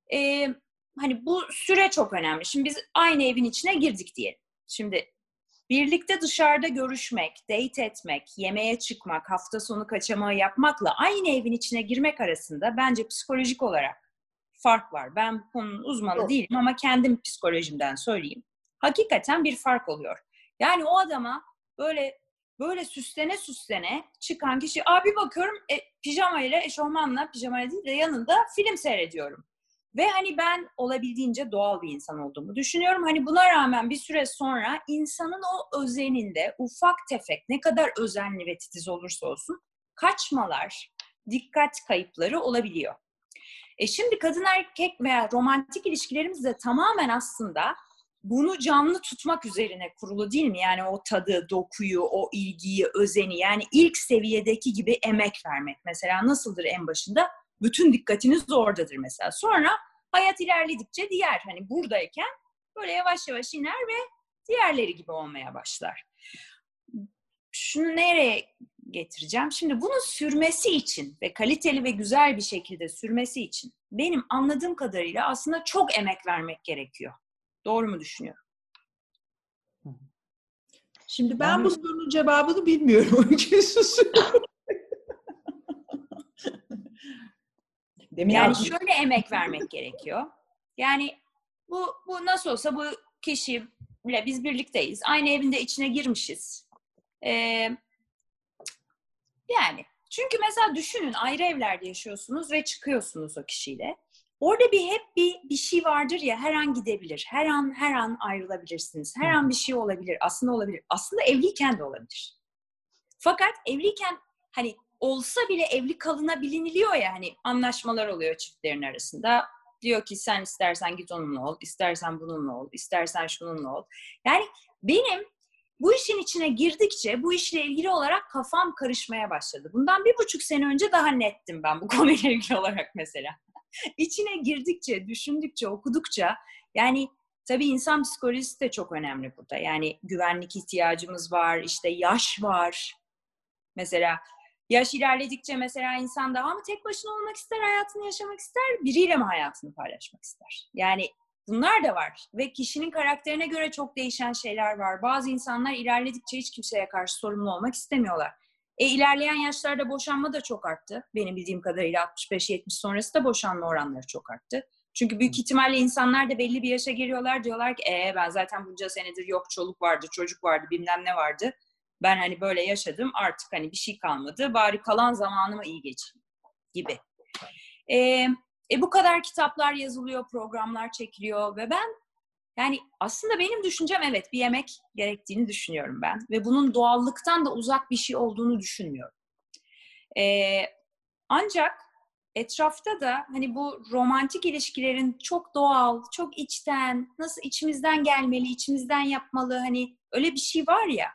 hani bu süre çok önemli. Şimdi biz aynı evin içine girdik diyelim. Şimdi birlikte dışarıda görüşmek, date etmek, yemeğe çıkmak, hafta sonu kaçamağı yapmakla aynı evin içine girmek arasında bence psikolojik olarak fark var. Ben bu konunun uzmanı değilim ama kendim psikolojimden söyleyeyim. Hakikaten bir fark oluyor. Yani o adama böyle süslene çıkan kişi, abi bakıyorum pijamayla, eşofmanla, pijamayla değil de yanında film seyrediyorum. Ve hani ben olabildiğince doğal bir insan olduğumu düşünüyorum. Hani buna rağmen bir süre sonra insanın o özeninde ufak tefek, ne kadar özenli ve titiz olursa olsun kaçmalar, dikkat kayıpları olabiliyor. Şimdi kadın erkek veya romantik ilişkilerimiz de tamamen aslında bunu canlı tutmak üzerine kurulu değil mi? Yani o tadı, dokuyu, o ilgiyi, özeni, yani ilk seviyedeki gibi emek vermek. Mesela nasıldır en başında? Bütün dikkatiniz oradadır mesela. Sonra hayat ilerledikçe diğer, hani buradayken böyle yavaş yavaş iner ve diğerleri gibi olmaya başlar. Şunu nereye getireceğim? Şimdi bunun sürmesi için ve kaliteli ve güzel bir şekilde sürmesi için benim anladığım kadarıyla aslında çok emek vermek gerekiyor. Doğru mu düşünüyorum? Şimdi ben bu sorunun cevabını bilmiyorum. Onun için susuyorum. Yani şöyle emek vermek gerekiyor. Yani bu nasıl olsa bu kişiyle biz birlikteyiz. Aynı evinde içine girmişiz. Yani çünkü mesela düşünün, ayrı evlerde yaşıyorsunuz ve çıkıyorsunuz o kişiyle. Orada hep bir şey vardır ya, her an gidebilir. Her an ayrılabilirsiniz. Her an bir şey olabilir. Aslında olabilir. Aslında evliyken de olabilir. Fakat evliyken hani olsa bile evli kalınabiliniliyor ya, hani anlaşmalar oluyor çiftlerin arasında. Diyor ki sen istersen git onunla ol, istersen bununla ol, istersen şununla ol. Yani benim bu işin içine girdikçe bu işle ilgili olarak kafam karışmaya başladı. Bundan 1,5 sene önce daha nettim ben bu konuyla ilgili olarak mesela. İçine girdikçe, düşündükçe, okudukça, yani tabii insan psikolojisi de çok önemli burada. Yani güvenlik ihtiyacımız var, işte yaş var. Mesela yaş ilerledikçe mesela insan daha mı tek başına olmak ister, hayatını yaşamak ister, biriyle mi hayatını paylaşmak ister? Yani bunlar da var ve kişinin karakterine göre çok değişen şeyler var. Bazı insanlar ilerledikçe hiç kimseye karşı sorumlu olmak istemiyorlar. İlerleyen yaşlarda boşanma da çok arttı. Benim bildiğim kadarıyla 65-70 sonrası da boşanma oranları çok arttı. Çünkü büyük ihtimalle insanlar da belli bir yaşa geliyorlar, diyorlar ki ben zaten bunca senedir yok çoluk vardı, çocuk vardı, bilmem ne vardı. Ben hani böyle yaşadım, artık hani bir şey kalmadı. Bari kalan zamanımı iyi geçireyim gibi. Bu kadar kitaplar yazılıyor, programlar çekiliyor ve ben yani aslında benim düşüncem evet bir emek gerektiğini düşünüyorum ben. Ve bunun doğallıktan da uzak bir şey olduğunu düşünmüyorum. Ancak etrafta da hani bu romantik ilişkilerin çok doğal, çok içten, nasıl içimizden gelmeli, içimizden yapmalı, hani öyle bir şey var ya.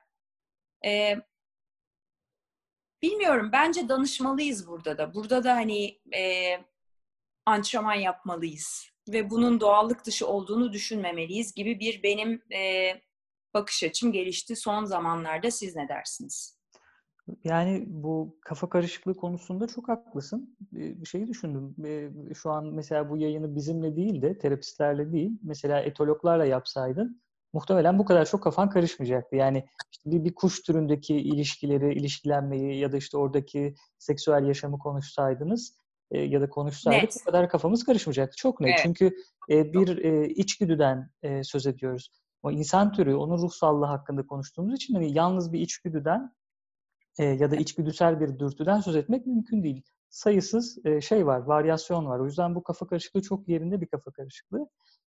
Bilmiyorum, bence danışmalıyız burada da. Burada da hani antrenman yapmalıyız. Ve bunun doğallık dışı olduğunu düşünmemeliyiz gibi bir benim bakış açım gelişti son zamanlarda. Siz ne dersiniz? Yani bu kafa karışıklığı konusunda çok haklısın. Bir şeyi düşündüm. Şu an mesela bu yayını bizimle değil de terapistlerle değil, mesela etologlarla yapsaydın muhtemelen bu kadar çok kafan karışmayacaktı. Yani işte bir kuş türündeki ilişkileri, ilişkilenmeyi ya da işte oradaki seksüel yaşamı konuşsaydınız ya da konuşsaydık Net. bu kadar kafamız karışmayacaktı. Çok net. Evet. Çünkü bir içgüdüden söz ediyoruz. O insan türü, onun ruhsallığı hakkında konuştuğumuz için hani yalnız bir içgüdüden ya da içgüdüsel bir dürtüden söz etmek mümkün değil. Sayısız şey var, varyasyon var. O yüzden bu kafa karışıklığı çok yerinde bir kafa karışıklığı.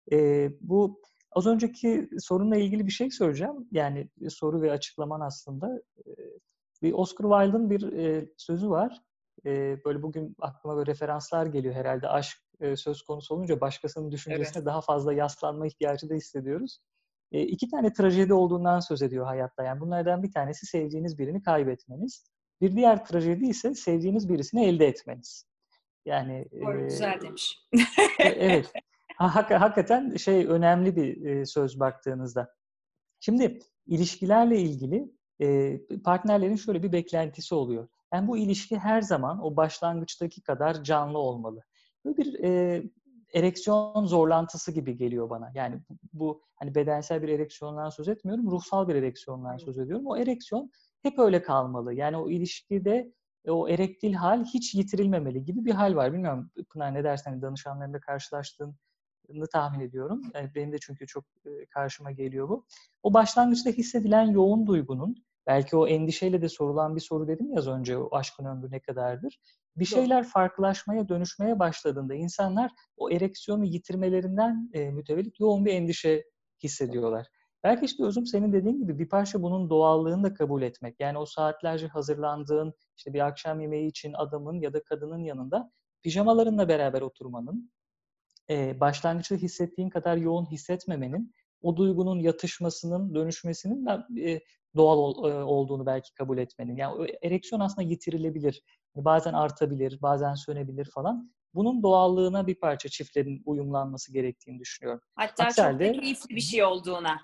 Bu az önceki sorunla ilgili bir şey söyleyeceğim. Yani soru ve açıklaman aslında. Bir Oscar Wilde'ın bir sözü var. Böyle bugün aklıma böyle referanslar geliyor herhalde. Aşk söz konusu olunca başkasının düşüncesine daha fazla yaslanma ihtiyacı da hissediyoruz. 2 tane trajedi olduğundan söz ediyor hayatta. Yani bunlardan bir tanesi sevdiğiniz birini kaybetmeniz. Bir diğer trajedi ise sevdiğiniz birisini elde etmeniz. Yani Doğru, güzel demiş. evet. Hakikaten önemli bir söz baktığınızda. Şimdi ilişkilerle ilgili partnerlerin şöyle bir beklentisi oluyor. Yani bu ilişki her zaman o başlangıçtaki kadar canlı olmalı. Böyle bir ereksiyon zorlantısı gibi geliyor bana. Yani bu hani bedensel bir ereksiyondan söz etmiyorum, ruhsal bir ereksiyondan söz ediyorum. O ereksiyon hep öyle kalmalı. Yani o ilişkide o erektil hal hiç yitirilmemeli gibi bir hal var. Bilmiyorum Pınar ne dersen, hani danışanlarında karşılaştığını tahmin ediyorum. Yani benim de çünkü çok karşıma geliyor bu. O başlangıçta hissedilen yoğun duygunun, belki o endişeyle de sorulan bir soru dedim ya az önce, o aşkın ömrü ne kadardır? Bir şeyler farklılaşmaya, dönüşmeye başladığında insanlar o ereksiyonu yitirmelerinden mütevellit yoğun bir endişe hissediyorlar. Belki işte Özüm senin dediğin gibi bir parça bunun doğallığını da kabul etmek. Yani o saatlerce hazırlandığın işte bir akşam yemeği için adamın ya da kadının yanında pijamalarınla beraber oturmanın, başlangıçta hissettiğin kadar yoğun hissetmemenin, o duygunun yatışmasının, dönüşmesinin doğal olduğunu belki kabul etmenin. Yani o ereksiyon aslında yitirilebilir. Bazen artabilir, bazen sönebilir falan. Bunun doğallığına bir parça çiftlerin uyumlanması gerektiğini düşünüyorum. Hatta Aksi çok da halde, keyifli bir şey olduğuna.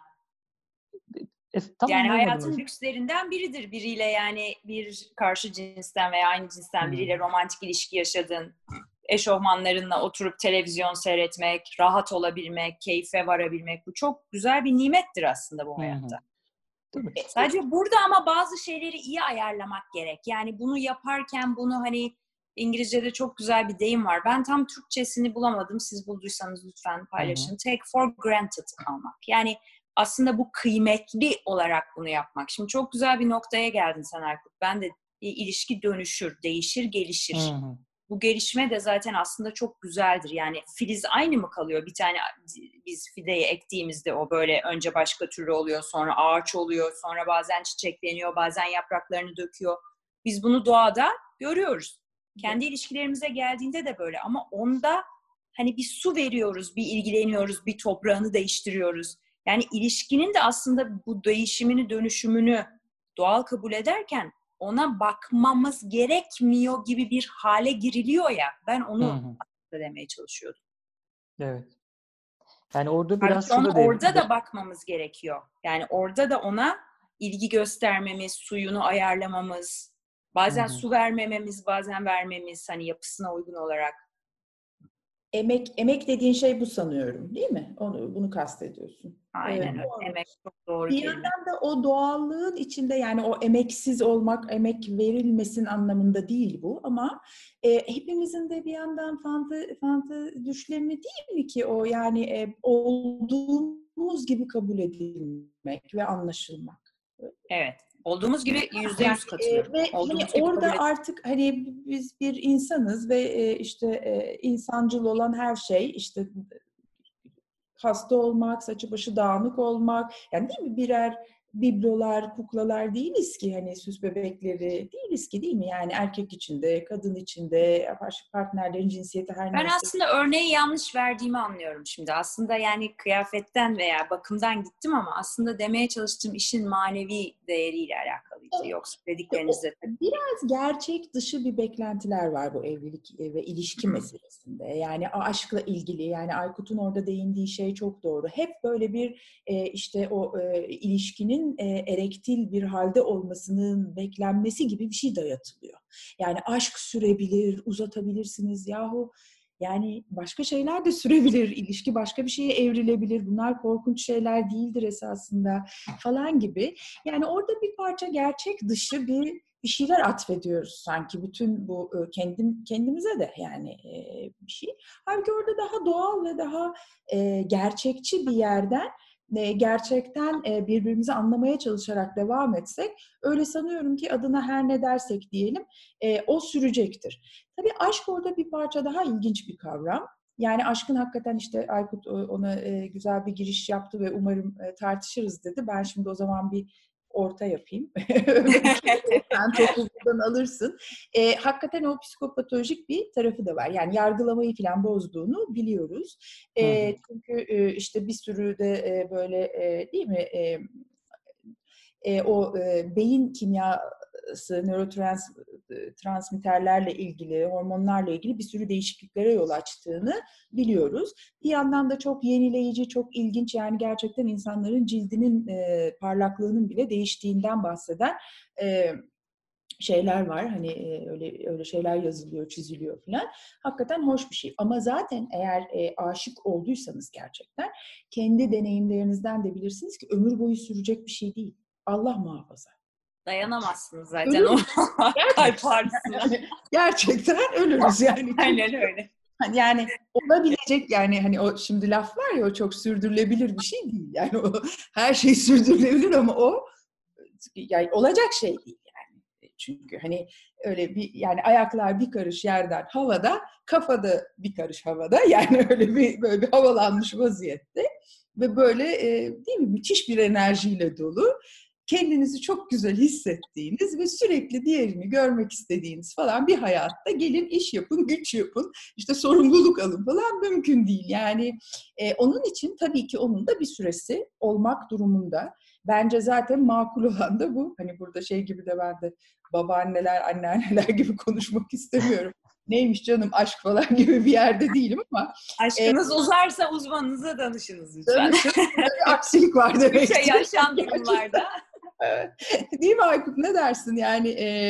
tam Yani anlayamadım hayatın Özüm. lükslerinden biridir biriyle, yani bir karşı cinsten veya aynı cinsten biriyle romantik ilişki yaşadın. Eşofmanlarınla oturup televizyon seyretmek, rahat olabilmek, keyfe varabilmek. Bu çok güzel bir nimettir aslında bu hayatta. Değil mi? Sadece burada ama bazı şeyleri iyi ayarlamak gerek. Yani bunu yaparken bunu hani İngilizce'de çok güzel bir deyim var. Ben tam Türkçesini bulamadım. Siz bulduysanız lütfen paylaşın. Take for granted almak. Yani aslında bu kıymetli olarak bunu yapmak. Şimdi çok güzel bir noktaya geldin sen Aykut. Ben de ilişki dönüşür, değişir, gelişir. Hı-hı. Bu gelişme de zaten aslında çok güzeldir. Yani filiz aynı mı kalıyor? Bir tane biz fideyi ektiğimizde o böyle önce başka türlü oluyor, sonra ağaç oluyor, sonra bazen çiçekleniyor, bazen yapraklarını döküyor. Biz bunu doğada görüyoruz. Kendi ilişkilerimize geldiğinde de böyle ama onda hani bir su veriyoruz, bir ilgileniyoruz, bir toprağını değiştiriyoruz. Yani ilişkinin de aslında bu değişimini, dönüşümünü doğal kabul ederken ona bakmamız gerekmiyor gibi bir hale giriliyor ya. Ben onu demeye çalışıyordum. Evet. Yani orada biraz şu da orada da bakmamız gerekiyor. Yani orada da ona ilgi göstermemiz, suyunu ayarlamamız, bazen su vermememiz, bazen vermemiz hani yapısına uygun olarak. Emek dediğin şey bu sanıyorum, değil mi? Bunu kastediyorsun. Aynen öyle. Emek çok doğru bir kelime. yandan da o doğallığın içinde yani o emeksiz olmak, emek verilmesin anlamında değil bu ama hepimizin de bir yandan fantezi düşlerini değil mi ki o yani olduğumuz gibi kabul edilmek ve anlaşılmak. Evet. Olduğumuz gibi %100 katılıyorum. Ve hani orada artık hani biz bir insanız ve işte insancıl olan her şey işte hasta olmak, saçı başı dağınık olmak, yani değil mi birer biblolar, kuklalar değiliz ki hani süs bebekleri değiliz ki değil mi? Yani erkek içinde, kadın içinde, partnerlerin cinsiyeti her neyse. Ben aslında örneği yanlış verdiğimi anlıyorum şimdi. Aslında yani kıyafetten veya bakımdan gittim ama aslında demeye çalıştığım işin manevi değeriyle alakalıydı. Yoksa dediklerinizde. Biraz gerçek dışı bir beklentiler var bu evlilik ve ilişki meselesinde. Yani aşkla ilgili yani Aykut'un orada değindiği şey çok doğru. Hep böyle bir işte o ilişkinin erektil bir halde olmasının beklenmesi gibi bir şey dayatılıyor. Yani aşk sürebilir, uzatabilirsiniz yahu. Yani başka şeyler de sürebilir, ilişki başka bir şeye evrilebilir. Bunlar korkunç şeyler değildir esasında falan gibi. Yani orada bir parça gerçek dışı bir şeyler atfediyoruz sanki bütün bu kendimize de yani bir şey. Halbuki orada daha doğal ve daha gerçekçi bir yerden gerçekten birbirimizi anlamaya çalışarak devam etsek öyle sanıyorum ki adına her ne dersek diyelim o sürecektir. Tabii aşk orada bir parça daha ilginç bir kavram. Yani aşkın hakikaten işte Aykut ona güzel bir giriş yaptı ve umarım tartışırız dedi. Ben şimdi o zaman bir orta yapayım. Sen topu buradan alırsın. Hakikaten o psikopatolojik bir tarafı da var. Yani yargılamayı falan bozduğunu biliyoruz. Çünkü işte bir sürü de böyle değil mi o beyin kimyası, nörotransmitterlerle ilgili, hormonlarla ilgili bir sürü değişikliklere yol açtığını biliyoruz. Bir yandan da çok yenileyici, çok ilginç yani gerçekten insanların cildinin parlaklığının bile değiştiğinden bahseden şeyler var. Hani öyle şeyler yazılıyor, çiziliyor falan. Hakikaten hoş bir şey. Ama zaten eğer aşık olduysanız gerçekten kendi deneyimlerinizden de bilirsiniz ki ömür boyu sürecek bir şey değil. Allah muhafaza. Dayanamazsınız zaten o kalp ağrısına. Gerçekten ölürüz yani. Aynen öyle. Yani olabilecek yani hani o şimdi laf var ya o çok sürdürülebilir bir şey değil. Yani o her şey sürdürülebilir ama o yani olacak şey değil yani. Çünkü hani öyle bir yani ayaklar bir karış yerden havada, kafada bir karış havada yani öyle böyle bir havalanmış vaziyette ve böyle değil mi müthiş bir enerjiyle dolu. Kendinizi çok güzel hissettiğiniz ve sürekli diğerini görmek istediğiniz falan bir hayatta gelin iş yapın, güç yapın, işte sorumluluk alın falan mümkün değil. Yani onun için tabii ki onun da bir süresi olmak durumunda. Bence zaten makul olan da bu. Hani burada şey gibi de ben de babaanneler, anneanneler gibi konuşmak istemiyorum. Neymiş canım aşk falan gibi bir yerde değilim ama. Aşkınız uzarsa uzmanınıza danışınız lütfen. Bir aksilik var demek. Bir şey yaşayan durumlarda. Değil mi Aykut? Ne dersin? Yani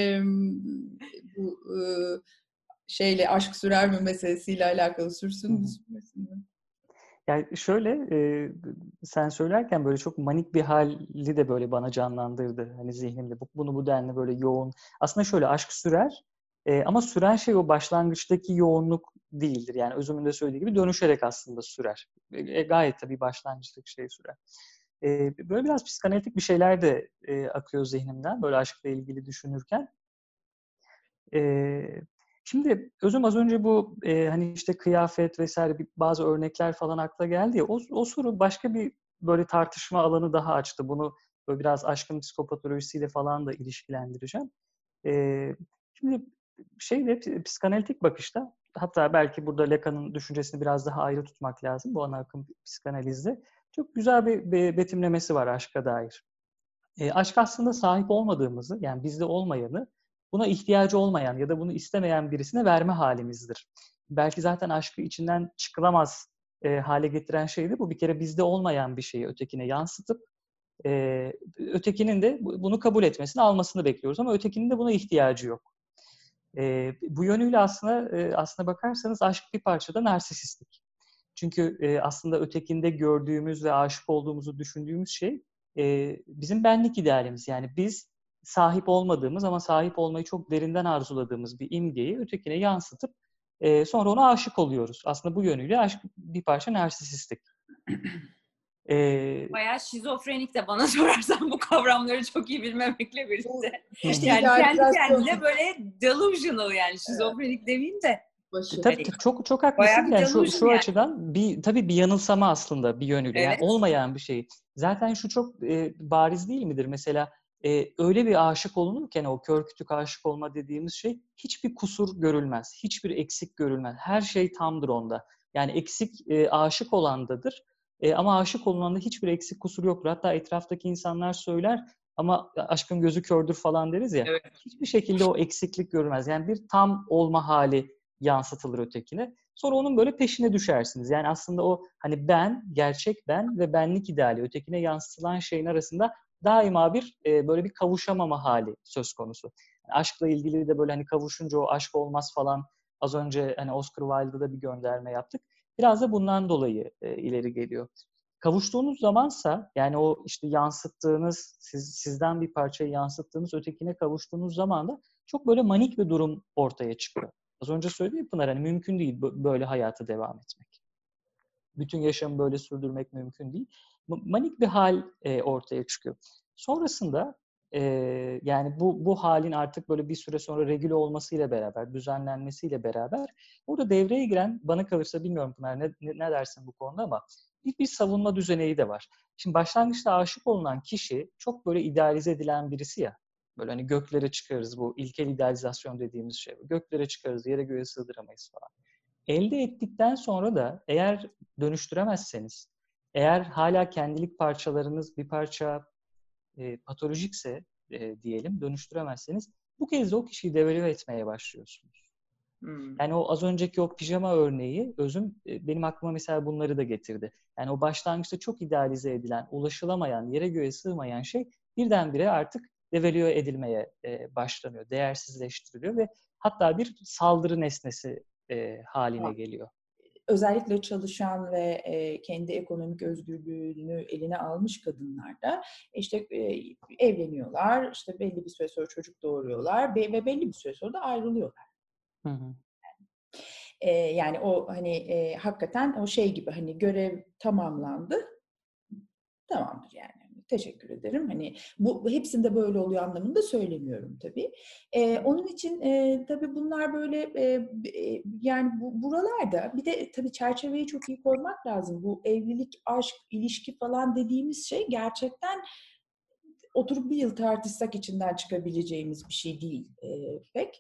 bu şeyle aşk sürer mi meselesiyle alakalı sürsün mü sürmesin mi? Yani şöyle, sen söylerken böyle çok manik bir hali de böyle bana canlandırdı. Hani zihnimde bunu bu denli böyle yoğun. Aslında şöyle aşk sürer ama süren şey o başlangıçtaki yoğunluk değildir. Yani özümünde söylediği gibi dönüşerek aslında sürer. Gayet tabii başlangıçtaki şey sürer. Böyle biraz psikanalitik bir şeyler de akıyor zihnimden böyle aşkla ilgili düşünürken. Şimdi Özüm az önce bu hani işte kıyafet vesaire bazı örnekler falan akla geldi ya o soru başka bir böyle tartışma alanı daha açtı. Bunu böyle biraz aşkın psikopatolojisiyle falan da ilişkilendireceğim. Şimdi psikanalitik bakışta hatta belki burada Lacan'ın düşüncesini biraz daha ayrı tutmak lazım bu ana akım psikanalizde. Çok güzel bir betimlemesi var aşka dair. Aşk aslında sahip olmadığımızı, yani bizde olmayanı, buna ihtiyacı olmayan ya da bunu istemeyen birisine verme halimizdir. Belki zaten aşkı içinden çıkılamaz hale getiren şey de bu. Bir kere bizde olmayan bir şeyi ötekine yansıtıp ötekinin de bunu kabul etmesini, almasını bekliyoruz. Ama ötekinin de buna ihtiyacı yok. Bu yönüyle aslına bakarsanız aşk bir parçada narsisistik. Çünkü aslında ötekinde gördüğümüz ve aşık olduğumuzu düşündüğümüz şey bizim benlik idealimiz. Yani biz sahip olmadığımız ama sahip olmayı çok derinden arzuladığımız bir imgeyi ötekine yansıtıp sonra ona aşık oluyoruz. Aslında bu yönüyle aşk bir parça narsisistik. Bayağı şizofrenik de bana sorarsan bu kavramları çok iyi bilmemekle birlikte. İşte Yani kendi kendine böyle delusional, yani şizofrenik demeyeyim de. Tabii çok haklısın. Yani şu yani. açıdan tabii bir yanılsama aslında bir yönüyle. Evet. Yani olmayan bir şey. Zaten şu çok bariz değil midir? Mesela öyle bir aşık olunurken o kör kütük aşık olma dediğimiz şey hiçbir kusur görülmez. Hiçbir eksik görülmez. Her şey tamdır onda. Yani eksik aşık olandadır. Ama aşık olunanda hiçbir eksik kusur yoktur. Hatta etraftaki insanlar söyler ama aşkın gözü kördür falan deriz ya. Evet. Hiçbir şekilde o eksiklik görülmez. Yani bir tam olma hali yansıtılır ötekine. Sonra onun böyle peşine düşersiniz. Yani aslında o hani gerçek ben ve benlik ideali ötekine yansıtılan şeyin arasında daima böyle bir kavuşamama hali söz konusu. Yani aşkla ilgili de böyle hani kavuşunca o aşk olmaz falan, az önce hani Oscar Wilde'da da bir gönderme yaptık. Biraz da bundan dolayı ileri geliyor. Kavuştuğunuz zamansa, yani o işte yansıttığınız, sizden bir parçayı yansıttığınız ötekine kavuştuğunuz zaman da çok böyle manik bir durum ortaya çıkıyor. Az önce söyledi ya Pınar, hani mümkün değil böyle hayata devam etmek. Bütün yaşamı böyle sürdürmek mümkün değil. Manik bir hal ortaya çıkıyor. Sonrasında yani bu halin artık böyle bir süre sonra regüle olmasıyla beraber, düzenlenmesiyle beraber orada devreye giren, bana kalırsa, bilmiyorum Pınar ne dersin bu konuda, ama bir savunma düzeneği de var. Şimdi başlangıçta aşık olunan kişi çok böyle idealize edilen birisi ya. Böyle hani göklere çıkarız, bu ilkel idealizasyon dediğimiz şey. Göklere çıkarız, yere göğe sığdıramayız falan. Elde ettikten sonra da eğer dönüştüremezseniz, eğer hala kendilik parçalarınız bir parça patolojikse diyelim, dönüştüremezseniz bu kez de o kişiyi devalüe etmeye başlıyorsunuz. Yani o az önceki o pijama örneği Özüm benim aklıma mesela bunları da getirdi. Yani o başlangıçta çok idealize edilen, ulaşılamayan, yere göğe sığmayan şey birdenbire artık devalüe edilmeye başlanıyor, değersizleştiriliyor ve hatta bir saldırı nesnesi haline geliyor. Özellikle çalışan ve kendi ekonomik özgürlüğünü eline almış kadınlar da işte evleniyorlar, işte belli bir süre sonra çocuk doğuruyorlar ve belli bir süre sonra da ayrılıyorlar. Hı hı. Yani o hani hakikaten o şey gibi, hani görev tamamlandı, tamamdır yani. Teşekkür ederim. Hani bu hepsinde böyle oluyor anlamında söylemiyorum tabii. Onun için tabii bunlar böyle yani buralarda bir de tabii çerçeveyi çok iyi koymak lazım. Bu evlilik, aşk, ilişki falan dediğimiz şey gerçekten oturup bir yıl tartışsak içinden çıkabileceğimiz bir şey değil pek.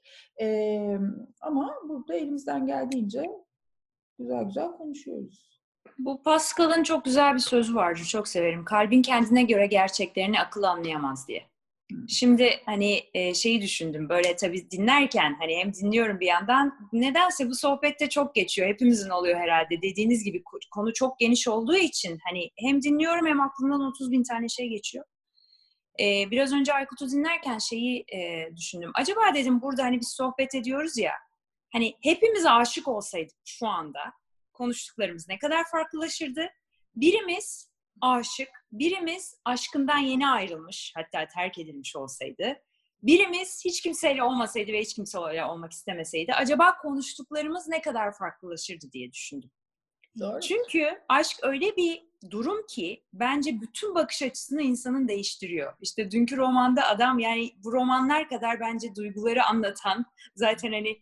Ama burada elimizden geldiğince güzel güzel konuşuyoruz. Bu Pascal'ın çok güzel bir sözü vardı. Çok severim. Kalbin kendine göre gerçeklerini akıl anlayamaz diye. Şimdi hani şeyi düşündüm böyle, tabii dinlerken hani hem dinliyorum bir yandan, nedense bu sohbette çok geçiyor. Hepimizin oluyor herhalde. Dediğiniz gibi konu çok geniş olduğu için hani hem dinliyorum hem aklımdan 30.000 tane şey geçiyor. Biraz önce Aykut'u dinlerken şeyi düşündüm. Acaba dedim burada hani biz sohbet ediyoruz ya, hani hepimiz aşık olsaydık şu anda, konuştuklarımız ne kadar farklılaşırdı? Birimiz aşık, birimiz aşkından yeni ayrılmış, hatta terk edilmiş olsaydı, birimiz hiç kimseyle olmasaydı ve hiç kimseyle olmak istemeseydi, acaba konuştuklarımız ne kadar farklılaşırdı diye düşündüm. Doğru. Çünkü aşk öyle bir durum ki bence bütün bakış açısını insanın değiştiriyor. İşte dünkü romanda adam, yani bu romanlar kadar bence duyguları anlatan, zaten hani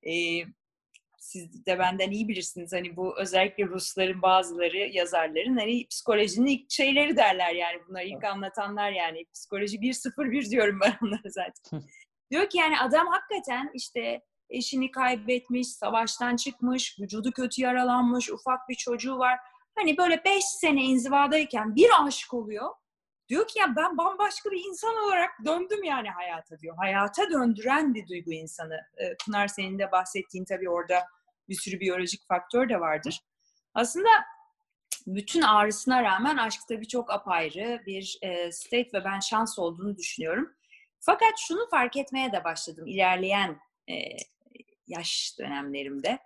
siz de benden iyi bilirsiniz, hani bu özellikle Rusların bazıları yazarların hani psikolojinin ilk şeyleri derler, yani bunları ilk anlatanlar, yani psikoloji 101 diyorum ben onlara zaten. Diyor ki yani adam hakikaten işte eşini kaybetmiş, savaştan çıkmış, vücudu kötü yaralanmış, ufak bir çocuğu var. Hani böyle 5 sene inzivadayken bir aşık oluyor. Diyor ki ya ben bambaşka bir insan olarak döndüm yani hayata diyor. Hayata döndüren bir duygu insanı. Pınar, senin de bahsettiğin tabii orada bir sürü biyolojik faktör de vardır. Aslında bütün ağrısına rağmen aşk tabii çok apayrı bir state ve ben şans olduğunu düşünüyorum. Fakat şunu fark etmeye de başladım ilerleyen yaş dönemlerimde.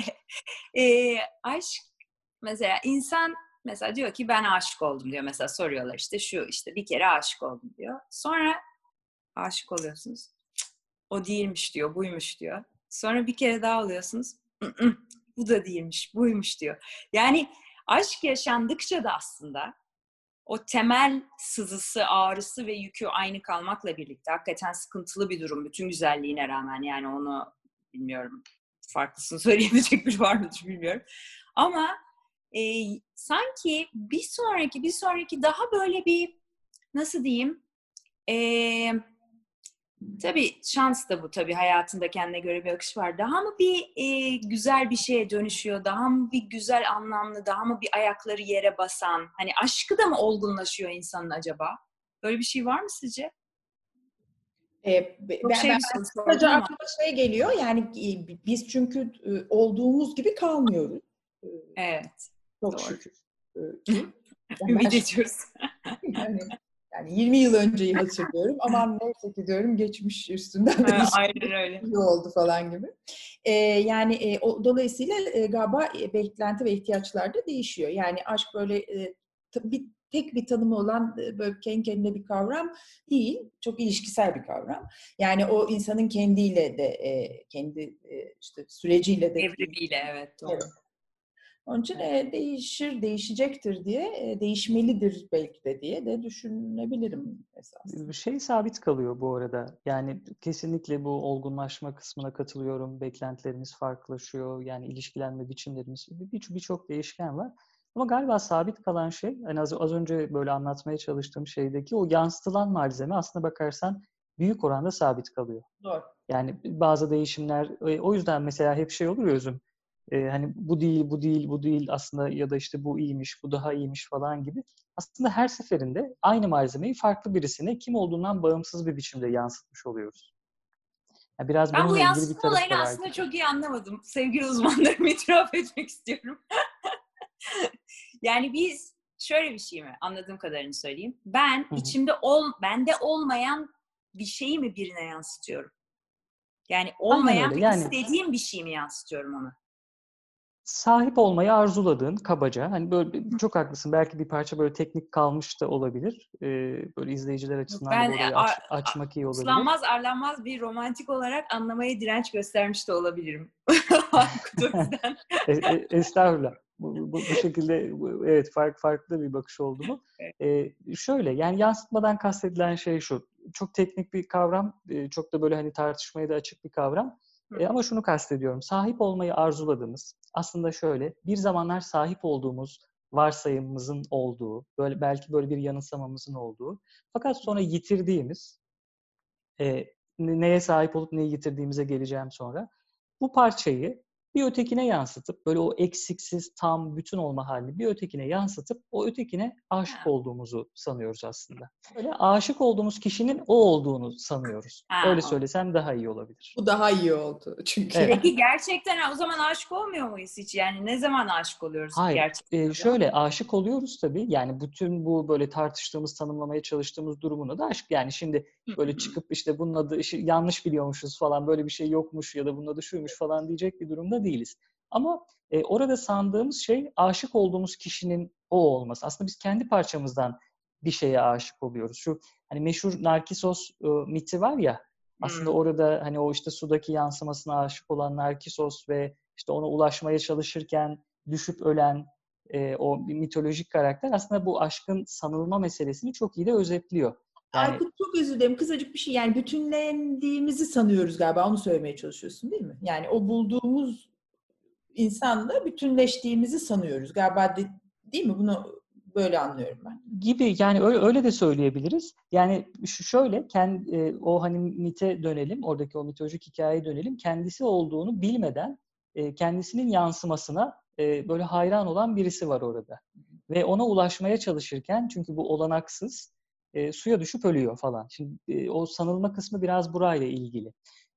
Aşk, mesela insan mesela diyor ki ben aşık oldum diyor. Mesela soruyorlar işte şu, işte bir kere aşık oldum diyor. Sonra aşık oluyorsunuz. O değilmiş diyor, buymuş diyor. Sonra bir kere daha oluyorsunuz. Bu da değilmiş, buymuş diyor. Yani aşk yaşandıkça da aslında o temel sızısı, ağrısı ve yükü aynı kalmakla birlikte hakikaten sıkıntılı bir durum bütün güzelliğine rağmen. Yani onu bilmiyorum, farklısını söyleyebilecek biri var mıdır bilmiyorum. Ama sanki bir sonraki daha böyle bir, nasıl diyeyim, tabii şans da bu, tabii hayatında kendine göre bir akış var. Daha mı bir güzel bir şeye dönüşüyor? Daha mı bir güzel, anlamlı? Daha mı bir ayakları yere basan? Hani aşkı da mı olgunlaşıyor insanın acaba? Böyle bir şey var mı sizce? Çok Ben bir soru sadece sordum ama. aklıma şey geliyor, yani biz çünkü olduğumuz gibi kalmıyoruz. Evet. Çok Doğru. şükür ki. Ümit ediyoruz. Yani 20 yıl önceyi hatırlıyorum. Aman neyse ki diyorum, geçmiş üstünden de Aynen öyle. iyi oldu falan gibi. Dolayısıyla galiba beklenti ve ihtiyaçlar da değişiyor. Yani aşk böyle tek bir tanımı olan böyle kendi kendine bir kavram değil. Çok ilişkisel bir kavram. Yani o insanın kendiyle de kendi işte süreciyle de Evrimiyle, evet, doğru. Evet. Onun için değişecektir diye, değişmelidir belki de diye de düşünebilirim esasında. Bir şey sabit kalıyor bu arada. Yani kesinlikle bu olgunlaşma kısmına katılıyorum. Beklentilerimiz farklılaşıyor. Yani ilişkilenme biçimlerimiz, birçok değişken var. Ama galiba sabit kalan şey, hani az önce böyle anlatmaya çalıştığım şeydeki o yansıtılan malzeme aslında bakarsan büyük oranda sabit kalıyor. Doğru. Yani bazı değişimler, o yüzden mesela hep şey olur ya Özüm, hani bu değil aslında, ya da işte bu iyiymiş, bu daha iyiymiş falan gibi. Aslında her seferinde aynı malzemeyi farklı birisine kim olduğundan bağımsız bir biçimde yansıtmış oluyoruz. Yani biraz Ben bu bununla ilgili bir yansıtma tarafı olayını da var aslında gibi. çok iyi anlamadım. Sevgili uzmanlarımı itiraf etmek istiyorum. Yani biz şöyle bir şey mi? Anladığım kadarını söyleyeyim. Ben bende olmayan bir şeyi mi birine yansıtıyorum? Yani Aynen olmayan öyle. ve Yani istediğim bir şey mi yansıtıyorum ona? sahip olmayı arzuladığın kabaca, hani böyle çok haklısın. Belki bir parça böyle teknik kalmış da olabilir. Böyle izleyiciler açısından da Ben bu orayı açmak iyi olabilir. uslanmaz arlanmaz bir romantik olarak anlamaya direnç göstermiş de olabilirim. O yüzden. Estağfurullah. Bu şekilde evet, farklı bir bakış oldu bu. Şöyle, yani yansıtmadan kastedilen şey şu. Çok teknik bir kavram, çok da böyle hani tartışmaya da açık bir kavram. Ama şunu kastediyorum. Sahip olmayı arzuladığımız, aslında şöyle, bir zamanlar sahip olduğumuz varsayımımızın olduğu, böyle belki böyle bir yanılsamamızın olduğu, fakat sonra yitirdiğimiz, neye sahip olup neyi yitirdiğimize geleceğim sonra, bu parçayı bir ötekine yansıtıp, böyle o eksiksiz, tam, bütün olma halini bir ötekine yansıtıp, o ötekine aşık olduğumuzu sanıyoruz aslında. Böyle aşık olduğumuz kişinin o olduğunu sanıyoruz. Öyle söylesem daha iyi olabilir. Bu daha iyi oldu çünkü. Evet. Peki gerçekten o zaman aşık olmuyor muyuz hiç? Yani ne zaman aşık oluyoruz Hayır. gerçekten? Şöyle aşık oluyoruz tabii. Yani bütün bu böyle tartıştığımız, tanımlamaya çalıştığımız durumuna da aşk. Yani şimdi böyle çıkıp işte bunun adı yanlış biliyormuşuz falan, böyle bir şey yokmuş ya da bunun adı şuymuş falan diyecek bir durumda değiliz. Ama orada sandığımız şey aşık olduğumuz kişinin o olması. Aslında biz kendi parçamızdan bir şeye aşık oluyoruz. Şu hani meşhur Narkisos miti var ya, aslında orada hani o işte sudaki yansımasına aşık olan Narkisos ve işte ona ulaşmaya çalışırken düşüp ölen o mitolojik karakter aslında bu aşkın sanılma meselesini çok iyi de özetliyor. Yani, Aykut, çok özür dilerim. Kısacık bir şey. Yani bütünlendiğimizi sanıyoruz galiba. Onu söylemeye çalışıyorsun değil mi? Yani o bulduğumuz insanla bütünleştiğimizi sanıyoruz. Galiba değil mi? Bunu böyle anlıyorum ben. gibi yani öyle de söyleyebiliriz. Yani şöyle o hani mite dönelim, oradaki o mitolojik hikayeye dönelim. Kendisi olduğunu bilmeden kendisinin yansımasına böyle hayran olan birisi var orada. Ve ona ulaşmaya çalışırken, çünkü bu olanaksız, suya düşüp ölüyor falan. Şimdi o sanılma kısmı biraz burayla ilgili.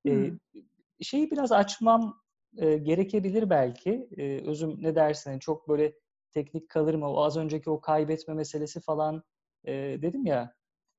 Şeyi biraz açmam gerekebilir belki. Özüm, ne dersin? Yani çok böyle teknik kalır mı? O az önceki o kaybetme meselesi falan dedim ya.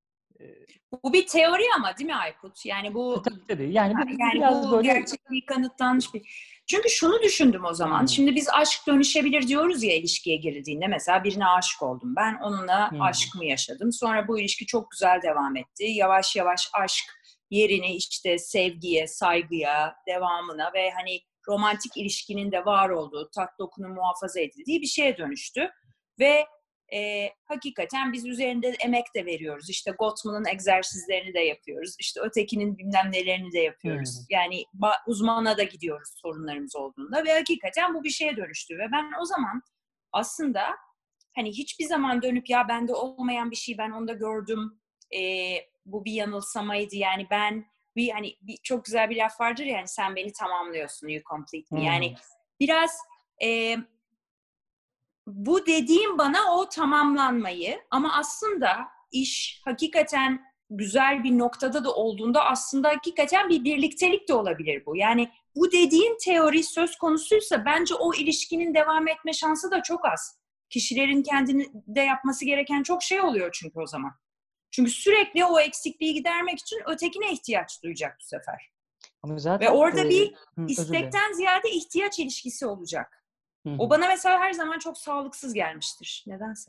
Bu bir teori ama değil mi Aykut? Yani bu Tabii. Yani bu biraz bu böyle gerçekliği kanıtlanmış bir. Çünkü şunu düşündüm o zaman. Şimdi biz aşk dönüşebilir diyoruz ya ilişkiye girildiğinde. Mesela birine aşık oldum. Ben onunla aşkımı yaşadım. Sonra bu ilişki çok güzel devam etti. Yavaş yavaş aşk yerini işte sevgiye, saygıya, devamına ve hani romantik ilişkinin de var olduğu, tat dokunun muhafaza edildiği bir şeye dönüştü. Ve hakikaten biz üzerinde emek de veriyoruz. İşte Gottman'ın egzersizlerini de yapıyoruz. İşte ötekinin bilmem nelerini de yapıyoruz. Yani uzmana da gidiyoruz sorunlarımız olduğunda ve hakikaten bu bir şeye dönüştü. Ve ben o zaman aslında hani hiçbir zaman dönüp ya bende olmayan bir şey ben onda gördüm. Bu bir yanılsamaydı. Yani ben çok güzel bir laf vardır yani sen beni tamamlıyorsun, you complete me. Yani biraz bu dediğim bana o tamamlanmayı, ama aslında iş hakikaten güzel bir noktada da olduğunda aslında hakikaten bir birliktelik de olabilir bu. Yani bu dediğin teori söz konusuysa bence o ilişkinin devam etme şansı da çok az. Kişilerin kendinde yapması gereken çok şey oluyor çünkü o zaman. Çünkü sürekli o eksikliği gidermek için ötekine ihtiyaç duyacak bu sefer. Ama zaten, ve orada bir özür istekten ziyade ihtiyaç ilişkisi olacak. Hı hı. O bana mesela her zaman çok sağlıksız gelmiştir. Nedense.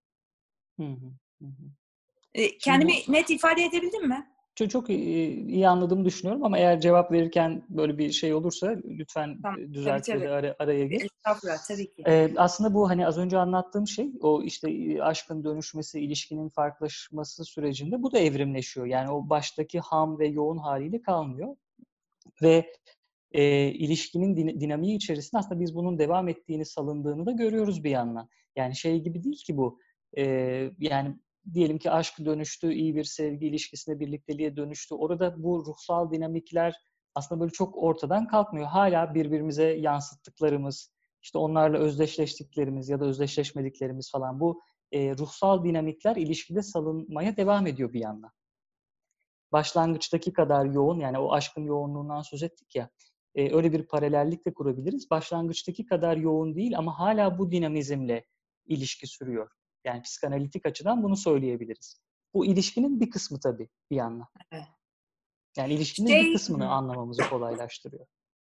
Kendimi net ifade edebildim mi? Çok iyi anladığımı düşünüyorum ama eğer cevap verirken böyle bir şey olursa lütfen düzelt ya da araya gir. Estağfurullah, tabii ki. Aslında bu hani az önce anlattığım şey, o işte aşkın dönüşmesi, ilişkinin farklılaşması sürecinde bu da evrimleşiyor. Yani o baştaki ham ve yoğun haliyle kalmıyor. Ve ilişkinin dinamiği içerisinde aslında biz bunun devam ettiğini, salındığını da görüyoruz bir yandan. Yani şey gibi değil ki bu. Yani diyelim ki aşk dönüştü, iyi bir sevgi ilişkisine, birlikteliğe dönüştü. Orada bu ruhsal dinamikler aslında böyle çok ortadan kalkmıyor. Hala birbirimize yansıttıklarımız, işte onlarla özdeşleştiklerimiz ya da özdeşleşmediklerimiz falan, bu ruhsal dinamikler ilişkide salınmaya devam ediyor bir yandan. Başlangıçtaki kadar yoğun, yani o aşkın yoğunluğundan söz ettik ya, öyle bir paralellik de kurabiliriz. Başlangıçtaki kadar yoğun değil ama hala bu dinamizmle ilişki sürüyor. Yani psikanalitik açıdan bunu söyleyebiliriz. Bu ilişkinin bir kısmı tabii bir yandan. Evet. Yani ilişkinin bir kısmını anlamamızı kolaylaştırıyor.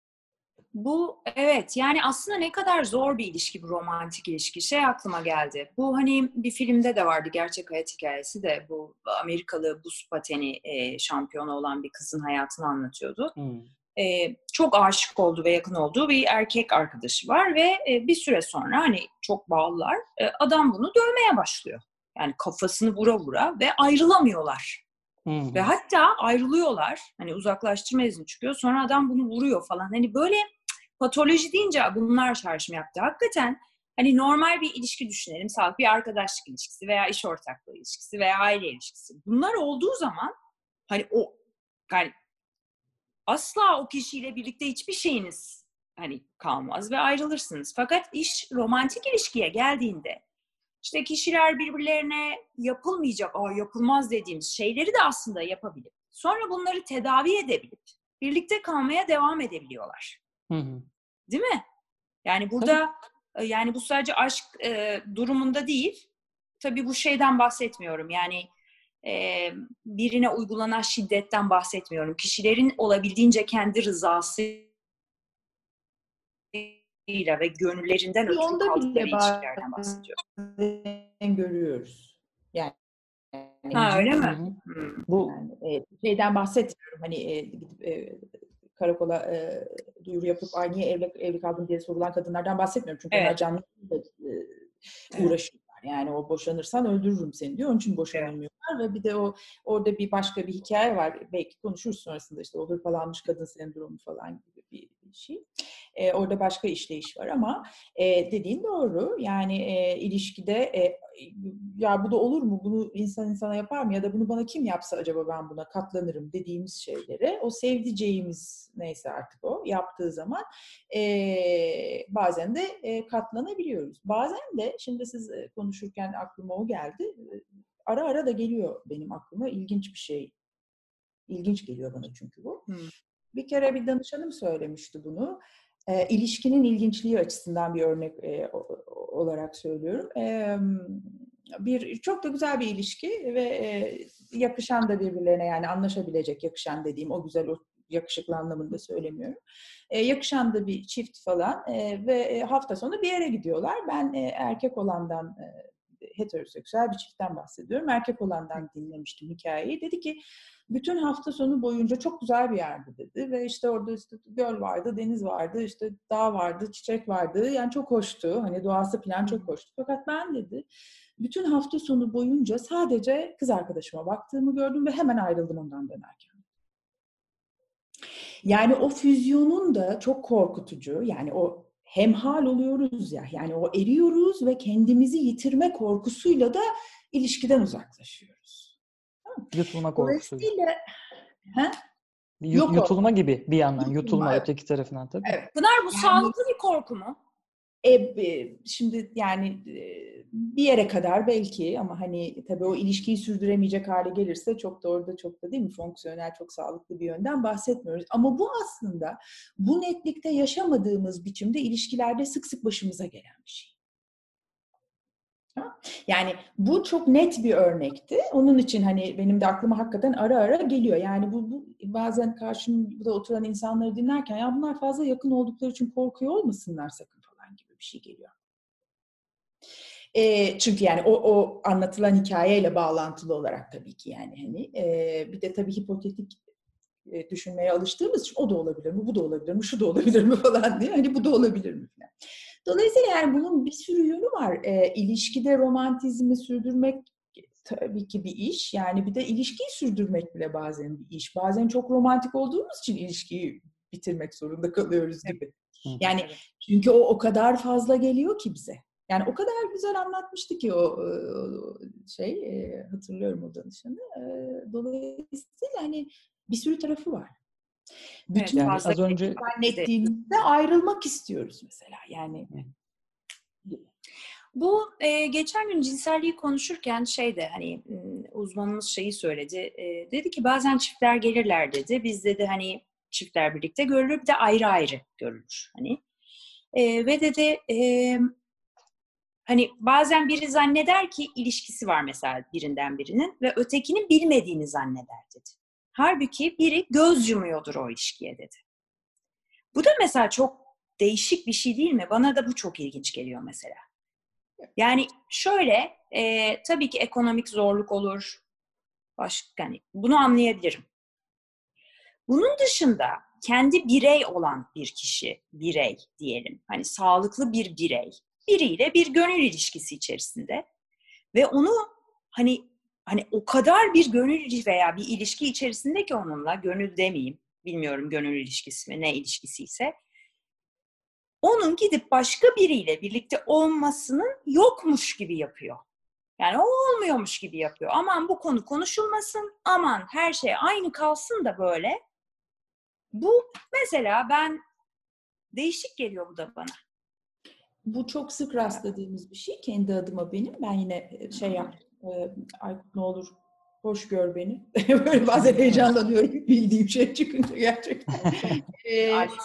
Bu evet, yani aslında ne kadar zor bir ilişki bu romantik ilişki. Şey aklıma geldi. Bu hani bir filmde de vardı, gerçek hayat hikayesi de, bu Amerikalı buz pateni şampiyonu olan bir kızın hayatını anlatıyordu. Çok aşık olduğu ve yakın olduğu bir erkek arkadaşı var ve bir süre sonra hani çok bağlılar. Adam bunu dövmeye başlıyor. Yani kafasını vura vura ve ayrılamıyorlar. Ve hatta ayrılıyorlar. Hani uzaklaştırma izni çıkıyor. Sonra adam bunu vuruyor falan. Hani böyle patoloji deyince bunlar çağrışım yaptı. Hakikaten hani normal bir ilişki düşünelim. Sağlıklı bir arkadaşlık ilişkisi veya iş ortaklığı ilişkisi veya aile ilişkisi. Bunlar olduğu zaman hani yani asla o kişiyle birlikte hiçbir şeyiniz hani kalmaz ve ayrılırsınız. Fakat iş romantik ilişkiye geldiğinde işte kişiler birbirlerine yapılmayacak, yapılmaz dediğimiz şeyleri de aslında yapabilip sonra bunları tedavi edebilip birlikte kalmaya devam edebiliyorlar. Değil mi? Yani burada yani bu sadece aşk durumunda değil. Tabii bu şeyden bahsetmiyorum. Yani birine uygulanan şiddetten bahsetmiyorum. Kişilerin olabildiğince kendi rızasıyla ve gönüllerinden ötürü Onda kaldıkları bile ilişkilerden bahsediyorum. bazen görüyoruz. Yani Ha öyle mi? Bu yani, şeyden bahsetmiyorum. Hani gidip karakola duyuru yapıp ay niye evli kaldım diye sorulan kadınlardan bahsetmiyorum. Çünkü onlar canlı uğraşıyorlar. Yani o boşanırsan öldürürüm seni diyor. Onun için boşanılmıyorlar ve bir de orada bir başka bir hikaye var. Belki konuşuruz sonrasında işte o hırpalanmış kadın sendromu falan gibi bir şey. Orada başka işleyiş var ama dediğin doğru. Yani ilişkide ya bu da olur mu? Bunu insan insana yapar mı? Ya da bunu bana kim yapsa acaba ben buna katlanırım dediğimiz şeylere o sevdiceğimiz neyse artık o yaptığı zaman bazen de katlanabiliyoruz. Bazen de şimdi siz konuşurken aklıma o geldi. Ara ara da geliyor benim aklıma ilginç bir şey. İlginç geliyor bana çünkü bu. Bir kere bir danışanım söylemişti bunu. İlişkinin ilginçliği açısından bir örnek olarak söylüyorum. Çok da güzel bir ilişki ve yakışan da birbirlerine yani anlaşabilecek yakışan dediğim o güzel o yakışıklı anlamında söylemiyorum. Yakışan da bir çift falan ve hafta sonu bir yere gidiyorlar. Ben erkek olandan heteroseksüel bir çiftten bahsediyorum. Erkek olandan dinlemiştim hikayeyi. Dedi ki bütün hafta sonu boyunca çok güzel bir yerdi dedi ve işte orada işte göl vardı, deniz vardı, işte dağ vardı, çiçek vardı. Yani çok hoştu. Hani doğası falan çok hoştu. Fakat ben dedi bütün hafta sonu boyunca sadece kız arkadaşıma baktığımı gördüm ve hemen ayrıldım ondan dönerken. Yani o füzyonun da çok korkutucu. Yani o hemhal oluyoruz ya. Yani o eriyoruz ve kendimizi yitirme korkusuyla da ilişkiden uzaklaşıyoruz. yutulma korkusuyla. Dolayısıyla Yutulma gibi bir yandan. Yutulma evet. öteki tarafından tabii. Evet. Pınar bu sağlıklı bir korku mu? Şimdi yani bir yere kadar belki ama hani tabii o ilişkiyi sürdüremeyecek hale gelirse çok da orada çok da değil mi fonksiyonel çok sağlıklı bir yönden bahsetmiyoruz. Ama bu aslında bu netlikte yaşamadığımız biçimde ilişkilerde sık sık başımıza gelen bir şey. Yani bu çok net bir örnekti. Onun için hani benim de aklıma hakikaten ara ara geliyor. Yani bu bazen karşımda oturan insanları dinlerken ya bunlar fazla yakın oldukları için korkuyor olmasınlar sakın falan gibi bir şey geliyor. Çünkü yani o anlatılan hikayeyle bağlantılı olarak tabii ki yani hani bir de tabii hipotetik düşünmeye alıştığımız için o da olabilir mi, bu da olabilir mi, şu da olabilir mi falan diye hani bu da olabilir mi falan. Dolayısıyla yani bunun bir sürü yönü var. İlişkide romantizmi sürdürmek tabii ki bir iş. Yani bir de ilişkiyi sürdürmek bile bazen bir iş. Bazen çok romantik olduğumuz için ilişkiyi bitirmek zorunda kalıyoruz gibi. Yani çünkü o kadar fazla geliyor ki bize. Yani o kadar güzel anlatmıştı ki o hatırlıyorum o danışanı. Dolayısıyla hani bir sürü tarafı var. Bütün yani az önce zannettiğimizde ayrılmak istiyoruz mesela. Yani bu geçen gün cinselliği konuşurken hani uzmanımız şeyi söyledi. Dedi ki bazen çiftler gelirler dedi. Biz dedi hani çiftler birlikte görülür bir de ayrı ayrı görülür. Hani ve dedi hani bazen biri zanneder ki ilişkisi var mesela birinden birinin ve ötekinin bilmediğini zanneder dedi. Halbuki biri göz yumuyordur o ilişkiye dedi. Bu da mesela çok değişik bir şey değil mi? Bana da bu çok ilginç geliyor mesela. Yani şöyle, tabii ki ekonomik zorluk olur. Başka, hani bunu anlayabilirim. Bunun dışında kendi birey olan bir kişi, birey diyelim, hani sağlıklı bir birey, biriyle bir gönül ilişkisi içerisinde ve onu hani o kadar bir gönül veya bir ilişki içerisinde ki onunla, gönül demeyeyim, bilmiyorum gönül ilişkisi mi, ne ilişkisiyse, onun gidip başka biriyle birlikte olmasının yokmuş gibi yapıyor. Yani o olmuyormuş gibi yapıyor. Aman bu konu konuşulmasın, aman her şey aynı kalsın da böyle. Bu mesela değişik geliyor bu da bana. Bu çok sık rastladığımız bir şey. Kendi adıma benim. Ben yine yaptım. Aykut ne olur hoş gör beni. Böyle bazen heyecanlanıyorum bildiğim şey çıkınca gerçekten.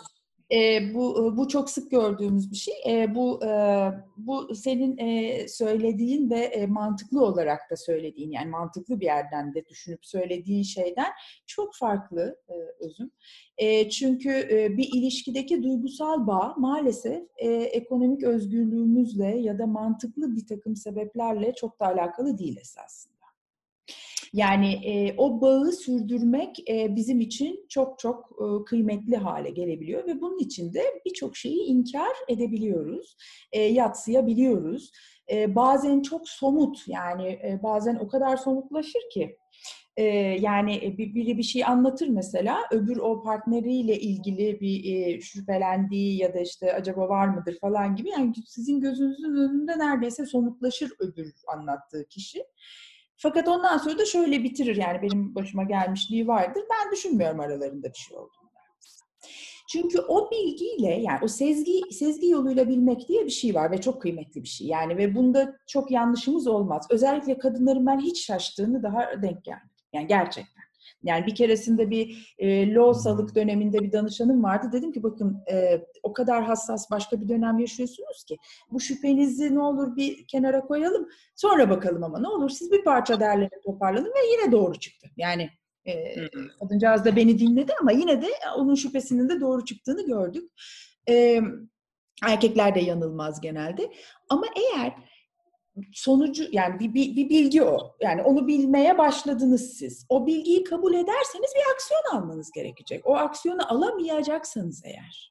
Bu çok sık gördüğümüz bir şey. Bu senin söylediğin ve mantıklı olarak da söylediğin, yani mantıklı bir yerden de düşünüp söylediğin şeyden çok farklı Özüm. Çünkü bir ilişkideki duygusal bağ maalesef ekonomik özgürlüğümüzle ya da mantıklı bir takım sebeplerle çok da alakalı değil esasında. Yani o bağı sürdürmek bizim için çok çok kıymetli hale gelebiliyor ve bunun için de birçok şeyi inkar edebiliyoruz, yadsıyabiliyoruz. Bazen çok somut, yani bazen o kadar somutlaşır ki. Yani biri bir şey anlatır mesela, öbür o partneriyle ilgili bir şüphelendiği ya da işte acaba var mıdır falan gibi, yani sizin gözünüzün önünde neredeyse somutlaşır öbür anlattığı kişi. Fakat ondan sonra da şöyle bitirir, yani benim başıma gelmişliği vardır, ben düşünmüyorum aralarında bir şey olduğunu. Çünkü o bilgiyle, yani o sezgi yoluyla bilmek diye bir şey var ve çok kıymetli bir şey. Yani ve bunda çok yanlışımız olmaz. Özellikle kadınların ben hiç şaştığını daha denk geldim. Yani gerçekten. Yani bir keresinde bir loğusalık döneminde bir danışanım vardı. Dedim ki bakın o kadar hassas başka bir dönem yaşıyorsunuz ki bu şüphenizi ne olur bir kenara koyalım. Sonra bakalım, ama ne olur siz bir parça derlerini toparlanın ve yine doğru çıktı. Yani kadıncağız da beni dinledi ama yine de onun şüphesinin de doğru çıktığını gördük. Erkekler de yanılmaz genelde. Ama eğer sonucu, yani bir bilgi o. Yani onu bilmeye başladınız siz. O bilgiyi kabul ederseniz bir aksiyon almanız gerekecek. O aksiyonu alamayacaksanız eğer.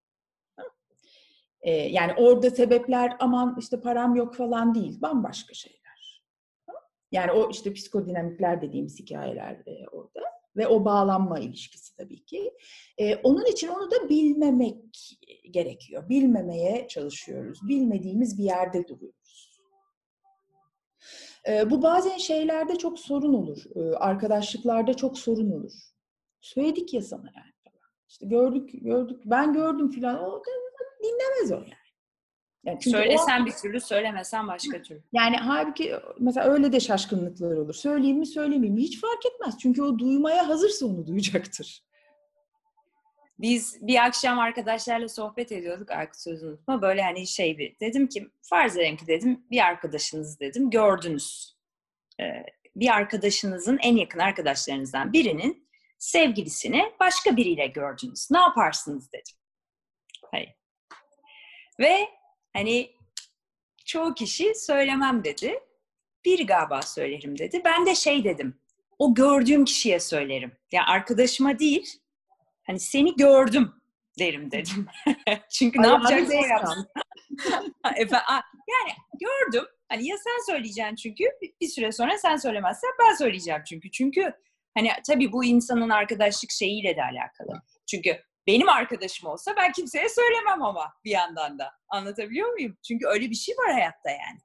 Yani orada sebepler aman işte param yok falan değil. Bambaşka şeyler. Yani o işte psikodinamikler dediğimiz hikayeler orada. Ve o bağlanma ilişkisi tabii ki. Onun için onu da bilmemek gerekiyor. Bilmemeye çalışıyoruz. Bilmediğimiz bir yerde duruyoruz. Bu bazen şeylerde çok sorun olur. Arkadaşlıklarda çok sorun olur. Söyledik ya sana yani. İşte gördük, ben gördüm filan. O dinlemez o yani. Yani çünkü söylesen bir türlü, söylemesen başka türlü. Yani halbuki mesela öyle de şaşkınlıklar olur. Söyleyeyim mi söylemeyeyim mi hiç fark etmez. Çünkü o duymaya hazırsa onu duyacaktır. Biz bir akşam arkadaşlarla sohbet ediyorduk, Aykut sözünü unutma. Böyle hani dedim ki farz edelim ki dedim bir arkadaşınız dedim gördünüz. Bir arkadaşınızın en yakın arkadaşlarınızdan birinin sevgilisini başka biriyle gördünüz. Ne yaparsınız dedim. Hayır. Ve hani çoğu kişi söylemem dedi. Biri galiba söylerim dedi. Ben de dedim. O gördüğüm kişiye söylerim. Yani arkadaşıma değil. Hani seni gördüm derim dedim. Çünkü ne yapacaksa o yapsın. Yani gördüm. Hani ya sen söyleyeceksin çünkü bir süre sonra sen söylemezsen ben söyleyeceğim çünkü. Çünkü hani tabii bu insanın arkadaşlık şeyiyle de alakalı. Çünkü benim arkadaşım olsa ben kimseye söylemem ama bir yandan da. Anlatabiliyor muyum? Çünkü öyle bir şey var hayatta yani.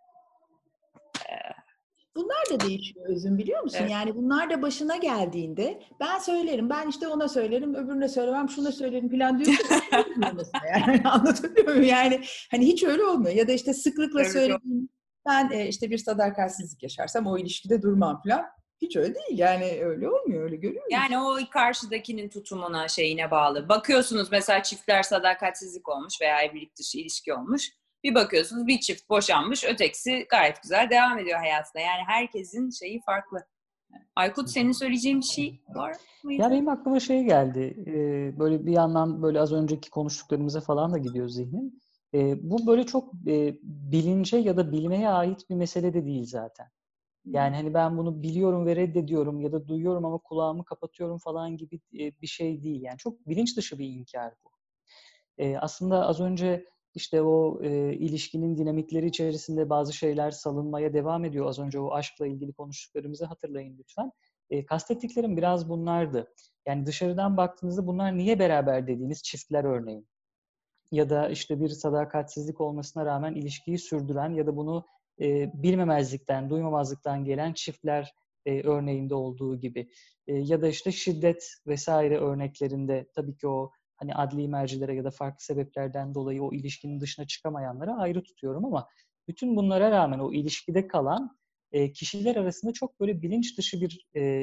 Bunlar da değişiyor Özüm, biliyor musun? Evet. Yani bunlar da başına geldiğinde ben söylerim, ben işte ona söylerim, öbürüne söylemem, şuna söylerim falan diyorsun. Yani anlatabiliyor muyum? Yani hani hiç öyle olmuyor. Ya da işte sıklıkla söylediğim, ben işte bir sadakatsizlik yaşarsam o ilişkide durmam falan. Hiç öyle değil. Yani öyle olmuyor, öyle görüyor musun? Yani o karşıdakinin tutumuna, şeyine bağlı. Bakıyorsunuz mesela çiftler sadakatsizlik olmuş veya evlilik dışı ilişki olmuş. Bir bakıyorsunuz bir çift boşanmış, ötekisi gayet güzel devam ediyor hayatına. Yani herkesin şeyi farklı. Aykut, senin söyleyeceğin bir şey var mıydı? Ya benim aklıma geldi. Böyle bir yandan böyle az önceki konuştuklarımıza falan da gidiyor zihnim. Bu böyle çok bilince ya da bilmeye ait bir mesele de değil zaten. Yani hani ben bunu biliyorum ve reddediyorum ya da duyuyorum ama kulağımı kapatıyorum falan gibi bir şey değil. Yani çok bilinç dışı bir inkar bu. Aslında az önce işte o ilişkinin dinamikleri içerisinde bazı şeyler salınmaya devam ediyor. Az önce o aşkla ilgili konuştuklarımızı hatırlayın lütfen. Kastettiklerim biraz bunlardı. Yani dışarıdan baktığınızda bunlar niye beraber dediğiniz çiftler örneğin. Ya da işte bir sadakatsizlik olmasına rağmen ilişkiyi sürdüren ya da bunu bilmemezlikten, duymamazlıktan gelen çiftler örneğinde olduğu gibi. Ya da işte şiddet vesaire örneklerinde tabii ki o hani adli mercilere ya da farklı sebeplerden dolayı o ilişkinin dışına çıkamayanlara ayrı tutuyorum ama bütün bunlara rağmen o ilişkide kalan kişiler arasında çok böyle bilinç dışı bir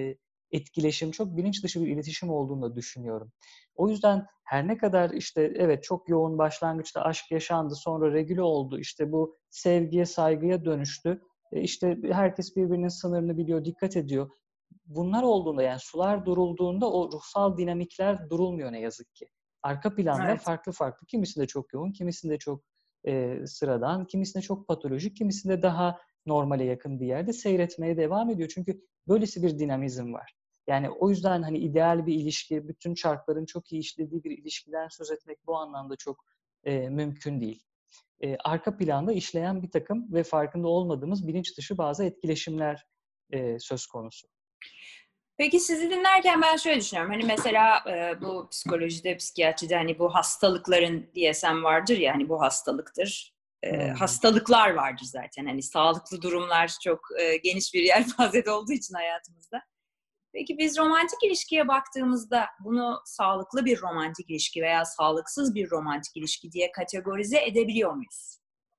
etkileşim, çok bilinç dışı bir iletişim olduğunu da düşünüyorum. O yüzden her ne kadar işte evet çok yoğun başlangıçta aşk yaşandı, sonra regüle oldu, işte bu sevgiye, saygıya dönüştü. İşte herkes birbirinin sınırını biliyor, dikkat ediyor. Bunlar olduğunda, yani sular durulduğunda o ruhsal dinamikler durulmuyor ne yazık ki. Arka planda Evet. farklı farklı, kimisinde çok yoğun, kimisinde çok sıradan, kimisinde çok patolojik, kimisinde daha normale yakın bir yerde seyretmeye devam ediyor. Çünkü böylesi bir dinamizm var. Yani o yüzden hani ideal bir ilişki, bütün çarkların çok iyi işlediği bir ilişkiden söz etmek bu anlamda çok mümkün değil. Arka planda işleyen bir takım ve farkında olmadığımız bilinç dışı bazı etkileşimler söz konusu. Peki sizi dinlerken ben şöyle düşünüyorum. Hani mesela bu psikolojide, psikiyatride hani bu hastalıkların DSM vardır ya, hani bu hastalıktır. Hastalıklar vardır zaten. Hani sağlıklı durumlar çok geniş bir yelpazede olduğu için hayatımızda. Peki biz romantik ilişkiye baktığımızda bunu sağlıklı bir romantik ilişki veya sağlıksız bir romantik ilişki diye kategorize edebiliyor muyuz?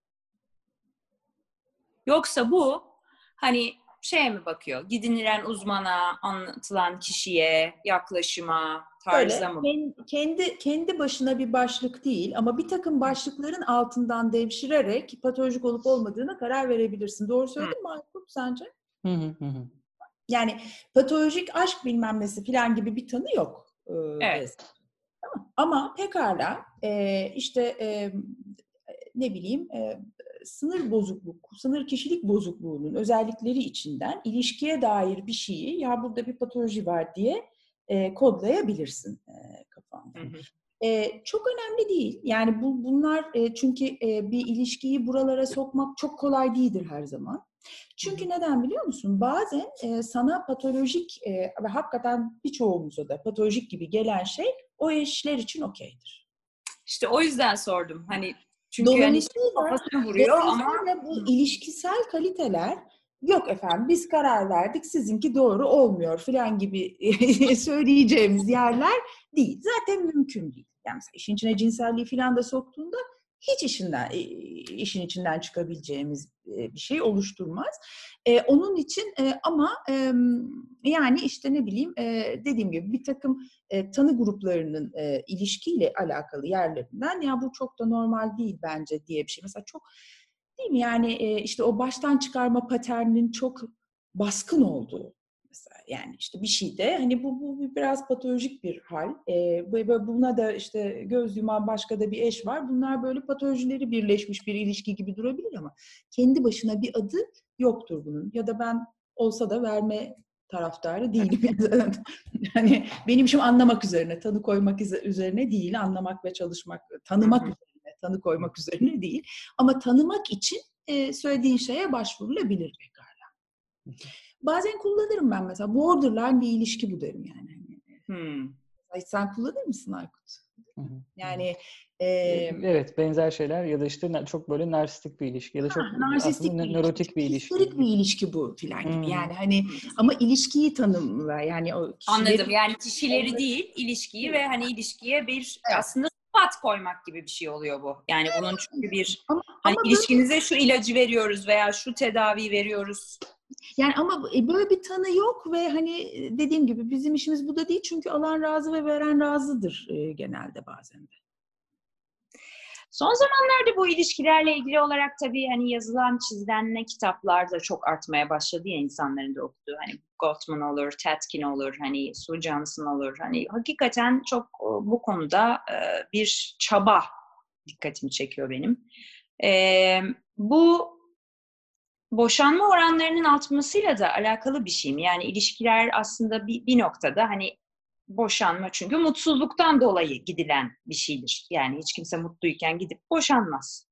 Yoksa bu hani şeye mi bakıyor? Gidinilen uzmana, anlatılan kişiye, yaklaşıma, tarza mı? Kendi başına bir başlık değil ama bir takım başlıkların altından devşirerek patolojik olup olmadığına karar verebilirsin. Doğru söyledim mi Aykut sence? Yani patolojik aşk bilmem nesi falan gibi bir tanı yok. Evet. Ama pekala işte ne bileyim sınır kişilik bozukluğunun özellikleri içinden ilişkiye dair bir şeyi ya burada bir patoloji var diye kodlayabilirsin kafanda. Çok önemli değil. Yani bunlar çünkü bir ilişkiyi buralara sokmak çok kolay değildir her zaman. Çünkü neden biliyor musun? Bazen sana patolojik ve hakikaten birçoğumuza da patolojik gibi gelen şey o eşler için okeydir. İşte o yüzden sordum. Hani çünkü hani kafasını vuruyor ama bu ilişkisel kaliteler yok efendim biz karar verdik sizinki doğru olmuyor falan gibi söyleyeceğimiz yerler değil. Zaten mümkün değil. Yani mesela işin içine cinselliği falan da soktuğunda hiç işin içinden çıkabileceğimiz bir şey oluşturmaz. Onun için ama yani işte ne bileyim dediğim gibi bir takım tanı gruplarının ilişkiyle alakalı yerlerinden ya bu çok da normal değil bence diye bir şey. Mesela çok değil mi yani işte o baştan çıkarma paterninin çok baskın olduğu. Mesela yani işte bir şeyde hani bu biraz patolojik bir hal. Buna da işte göz yuman başka da bir eş var. Bunlar böyle patolojileri birleşmiş bir ilişki gibi durabilir ama kendi başına bir adı yoktur bunun. Ya da ben olsa da verme taraftarı değilim. Yani benim işim anlamak üzerine, tanı koymak üzerine değil, anlamak ve çalışmak, tanımak üzerine, tanı koymak üzerine değil. Ama tanımak için söylediğin şeye başvurulabilir pekala. Bazen kullanırım ben mesela. Borderline bir ilişki bu derim yani. Sen kullanır mısın Aykut? Yani evet, benzer şeyler ya da işte çok böyle narsistik bir ilişki ya da çok aslında nörotik bir ilişki. Histerik bir ilişki bu filan gibi. Yani hani ama ilişkiyi tanımla yani o kişileri... Anladım. Yani kişileri değil, ilişkiyi ve hani ilişkiye bir aslında sıfat koymak gibi bir şey oluyor bu. Yani bunun çünkü bir hani ilişkinize şu ilacı veriyoruz veya şu tedavi veriyoruz. Yani ama böyle bir tanı yok ve hani dediğim gibi bizim işimiz bu da değil çünkü alan razı ve veren razıdır genelde bazen de. Son zamanlarda bu ilişkilerle ilgili olarak tabii hani yazılan, çizilen ne kitaplar da çok artmaya başladı ya insanların da okuduğu. Hani Gottman olur, Tetkin olur, hani Sue Johnson olur. Hani hakikaten çok bu konuda bir çaba dikkatimi çekiyor benim. Bu boşanma oranlarının artmasıyla da alakalı bir şey mi? Yani ilişkiler aslında bir noktada hani boşanma çünkü mutsuzluktan dolayı gidilen bir şeydir. Yani hiç kimse mutluyken gidip boşanmaz.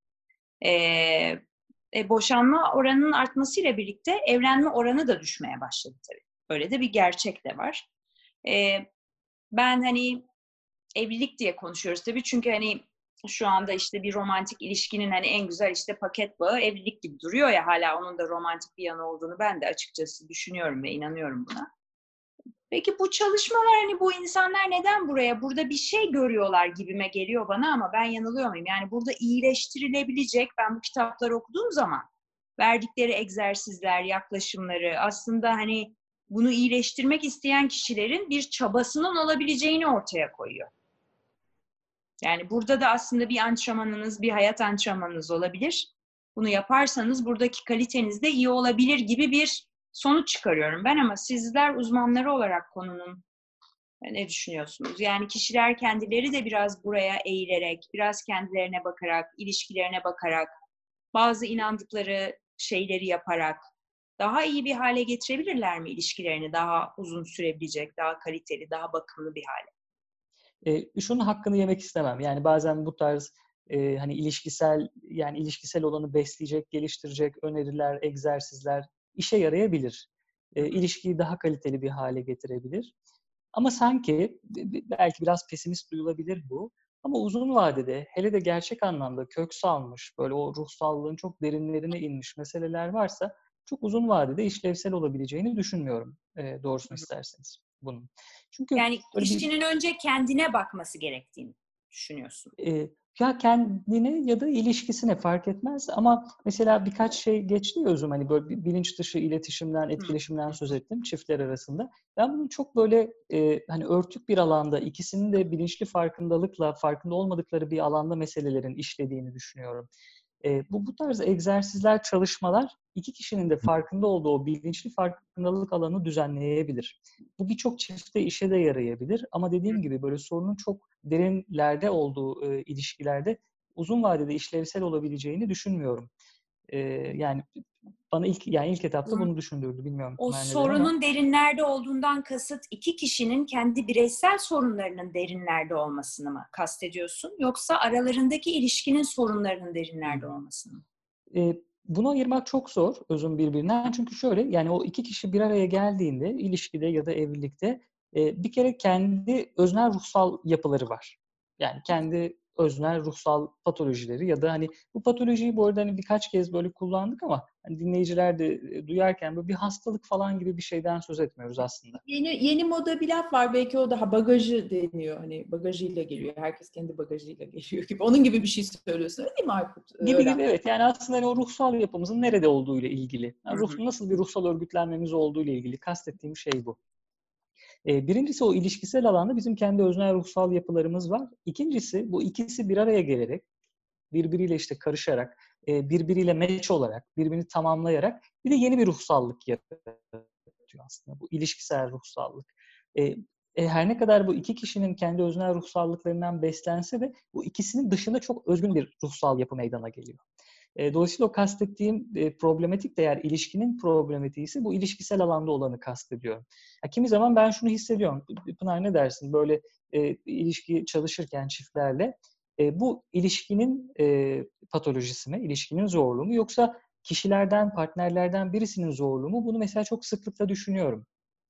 Boşanma oranının artmasıyla birlikte evlenme oranı da düşmeye başladı tabii. Öyle de bir gerçek de var. Ben hani evlilik diye konuşuyoruz tabii çünkü hani şu anda işte bir romantik ilişkinin hani en güzel işte paket bağı evlilik gibi duruyor ya, hala onun da romantik bir yanı olduğunu ben de açıkçası düşünüyorum ve inanıyorum buna. Peki bu çalışmalar hani bu insanlar neden burada bir şey görüyorlar gibime geliyor bana ama ben yanılıyor muyum? Yani burada iyileştirilebilecek, ben bu kitapları okuduğum zaman verdikleri egzersizler, yaklaşımları aslında hani bunu iyileştirmek isteyen kişilerin bir çabasının olabileceğini ortaya koyuyor. Yani burada da aslında bir antrenmanınız, bir hayat antrenmanınız olabilir. Bunu yaparsanız buradaki kaliteniz de iyi olabilir gibi bir sonuç çıkarıyorum ben, ama sizler uzmanları olarak konunun ne düşünüyorsunuz? Yani kişiler kendileri de biraz buraya eğilerek, biraz kendilerine bakarak, ilişkilerine bakarak, bazı inandıkları şeyleri yaparak daha iyi bir hale getirebilirler mi ilişkilerini? Daha uzun sürebilecek, daha kaliteli, daha bakımlı bir hale. Şunun hakkını yemek istemem. Yani bazen bu tarz hani ilişkisel olanı besleyecek, geliştirecek öneriler, egzersizler işe yarayabilir. İlişkiyi daha kaliteli bir hale getirebilir. Ama sanki belki biraz pesimist duyulabilir bu. Ama uzun vadede, hele de gerçek anlamda kök salmış, böyle o ruhsallığın çok derinlerine inmiş meseleler varsa çok uzun vadede işlevsel olabileceğini düşünmüyorum, doğrusunu isterseniz bunun. Çünkü Yani kişinin önce kendine bakması gerektiğini düşünüyorsun. Ya kendine ya da ilişkisine fark etmez, ama mesela birkaç şey geçti ya Özüm, hani böyle bilinç dışı iletişimden, etkileşimden söz ettim çiftler arasında. Ben bunun çok böyle hani örtük bir alanda, ikisinin de bilinçli farkındalıkla, farkında olmadıkları bir alanda meselelerin işlediğini düşünüyorum. Bu tarz egzersizler, çalışmalar iki kişinin de farkında olduğu o bilinçli farkındalık alanı düzenleyebilir. Bu birçok çifte işe de yarayabilir, ama dediğim gibi böyle sorunun çok derinlerde olduğu ilişkilerde uzun vadede işlevsel olabileceğini düşünmüyorum. Yani bana ilk etapta bunu düşündürdü. Bilmiyorum. O sorunun derinlerde olduğundan kasıt iki kişinin kendi bireysel sorunlarının derinlerde olmasını mı kastediyorsun? Yoksa aralarındaki ilişkinin sorunlarının derinlerde olmasını mı? Bunu ayırmak çok zor Özüm birbirinden. Çünkü şöyle, yani o iki kişi bir araya geldiğinde ilişkide ya da evlilikte bir kere kendi öznel ruhsal yapıları var. Yani kendi öznel ruhsal patolojileri ya da hani bu patolojiyi bu arada hani birkaç kez böyle kullandık, ama hani dinleyiciler de duyarken böyle bir hastalık falan gibi bir şeyden söz etmiyoruz aslında. Yeni moda bir laf var, belki o daha bagajı deniyor. Hani bagajıyla geliyor. Herkes kendi bagajıyla geliyor gibi. Onun gibi bir şey söylüyorsun, değil mi Aykut? Gibi evet. Yani aslında hani o ruhsal yapımızın nerede olduğuyla ilgili. Yani nasıl bir ruhsal örgütlenmemiz olduğuyla ilgili kastettiğim şey bu. Birincisi, o ilişkisel alanda bizim kendi öznel ruhsal yapılarımız var. İkincisi, bu ikisi bir araya gelerek, birbiriyle işte karışarak, birbiriyle meç olarak, birbirini tamamlayarak bir de yeni bir ruhsallık yaratıyor aslında. Bu ilişkisel ruhsallık. Her ne kadar bu iki kişinin kendi öznel ruhsallıklarından beslense de bu ikisinin dışında çok özgün bir ruhsal yapı meydana geliyor. Dolayısıyla o kastettiğim problematik de, eğer ilişkinin problematiği ise, bu ilişkisel alanda olanı kastediyorum. Kimi zaman ben şunu hissediyorum. Pınar, ne dersin? Böyle ilişki çalışırken çiftlerle bu ilişkinin patolojisi mi, ilişkinin zorluğu mu, yoksa kişilerden, partnerlerden birisinin zorluğu mu? Bunu mesela çok sıklıkla düşünüyorum.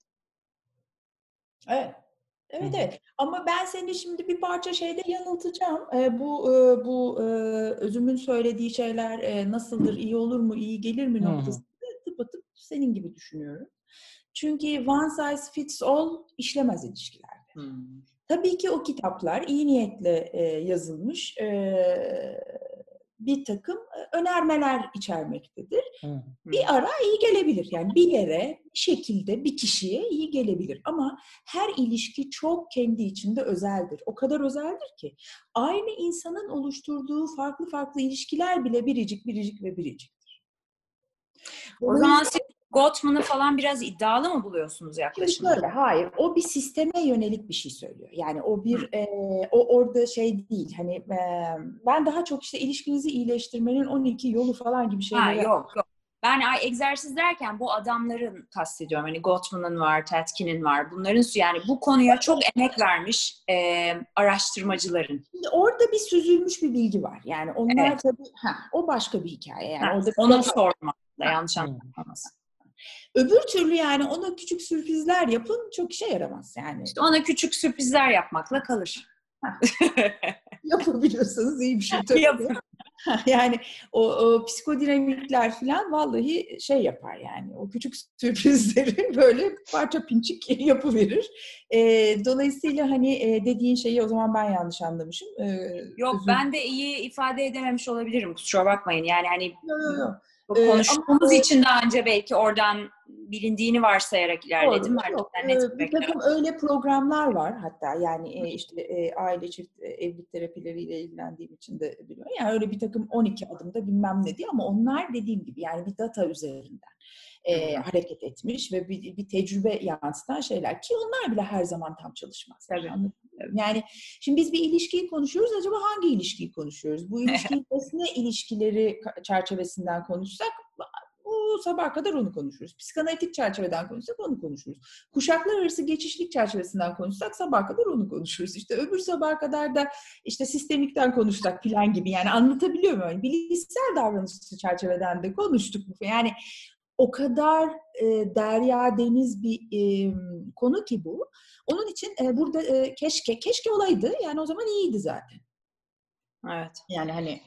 Evet. Evet. Ama ben seni şimdi bir parça şeyde yanıltacağım. Özüm'ün söylediği şeyler nasıldır, iyi olur mu, iyi gelir mi noktasında tıpatıp senin gibi düşünüyorum. Çünkü one size fits all işlemez ilişkilerde. Tabii ki o kitaplar iyi niyetle yazılmış bir takım önermeler içermektedir. Bir ara iyi gelebilir. Yani bir yere, bir şekilde, bir kişiye iyi gelebilir. Ama her ilişki çok kendi içinde özeldir. O kadar özeldir ki aynı insanın oluşturduğu farklı farklı ilişkiler bile biricik ve biriciktir. O zaman siz Gottman'ı falan biraz iddialı mı buluyorsunuz yaklaşımda? Şöyle, hayır. O bir sisteme yönelik bir şey söylüyor. Yani o o orada şey değil. Hani ben daha çok işte ilişkinizi iyileştirmenin 12 yolu falan gibi şeyleri... Yok. Ben egzersiz derken bu adamların kastediyorum. Hani Gottman'ın var, Tetkin'in var. Bunların yani bu konuya çok emek vermiş araştırmacıların. Şimdi orada bir süzülmüş bir bilgi var. Yani onlar tabii o başka bir hikaye. Yani orada onu sorma. Yanlış anlamasın. Öbür türlü yani ona küçük sürprizler yapın, çok işe yaramaz yani. İşte ona küçük sürprizler yapmakla kalır. Yapabiliyorsanız iyi bir şey tabii. Yani o psikodinamikler falan vallahi şey yapar yani. O küçük sürprizleri böyle parça pinçik yapıverir. Dolayısıyla hani dediğin şeyi o zaman ben yanlış anlamışım. Yok, ben de iyi ifade edememiş olabilirim. Kusura bakmayın. Yani hani Yok. Konuştuğumuz için daha önce belki oradan bilindiğini varsayarak ilerledim. Yok. Bir takım öyle programlar var hatta yani aile çift evlilik terapileriyle ilgilendiğim için de biliyorum. Yani öyle bir takım 12 adımda bilmem ne diye ama onlar dediğim gibi yani bir data üzerinden hareket etmiş ve bir tecrübe yansıtan şeyler ki onlar bile her zaman tam çalışmaz. Tabii. Yani şimdi biz bir ilişkiyi konuşuyoruz. Acaba hangi ilişkiyi konuşuyoruz? Bu ilişkiyi nesne ilişkileri çerçevesinden konuşsak bu sabaha kadar onu konuşuruz. Psikanalitik çerçeveden konuşsak onu konuşuruz. Kuşaklar arası geçişlik çerçevesinden konuşsak sabaha kadar onu konuşuruz. İşte öbür sabaha kadar da işte sistemikten konuşsak plan gibi. Yani anlatabiliyor muyum? Yani bilişsel davranışçı çerçeveden de konuştuk bu. Yani o kadar derya deniz bir konu ki bu. Onun için burada keşke olaydı. Yani o zaman iyiydi zaten. Evet. Yani hani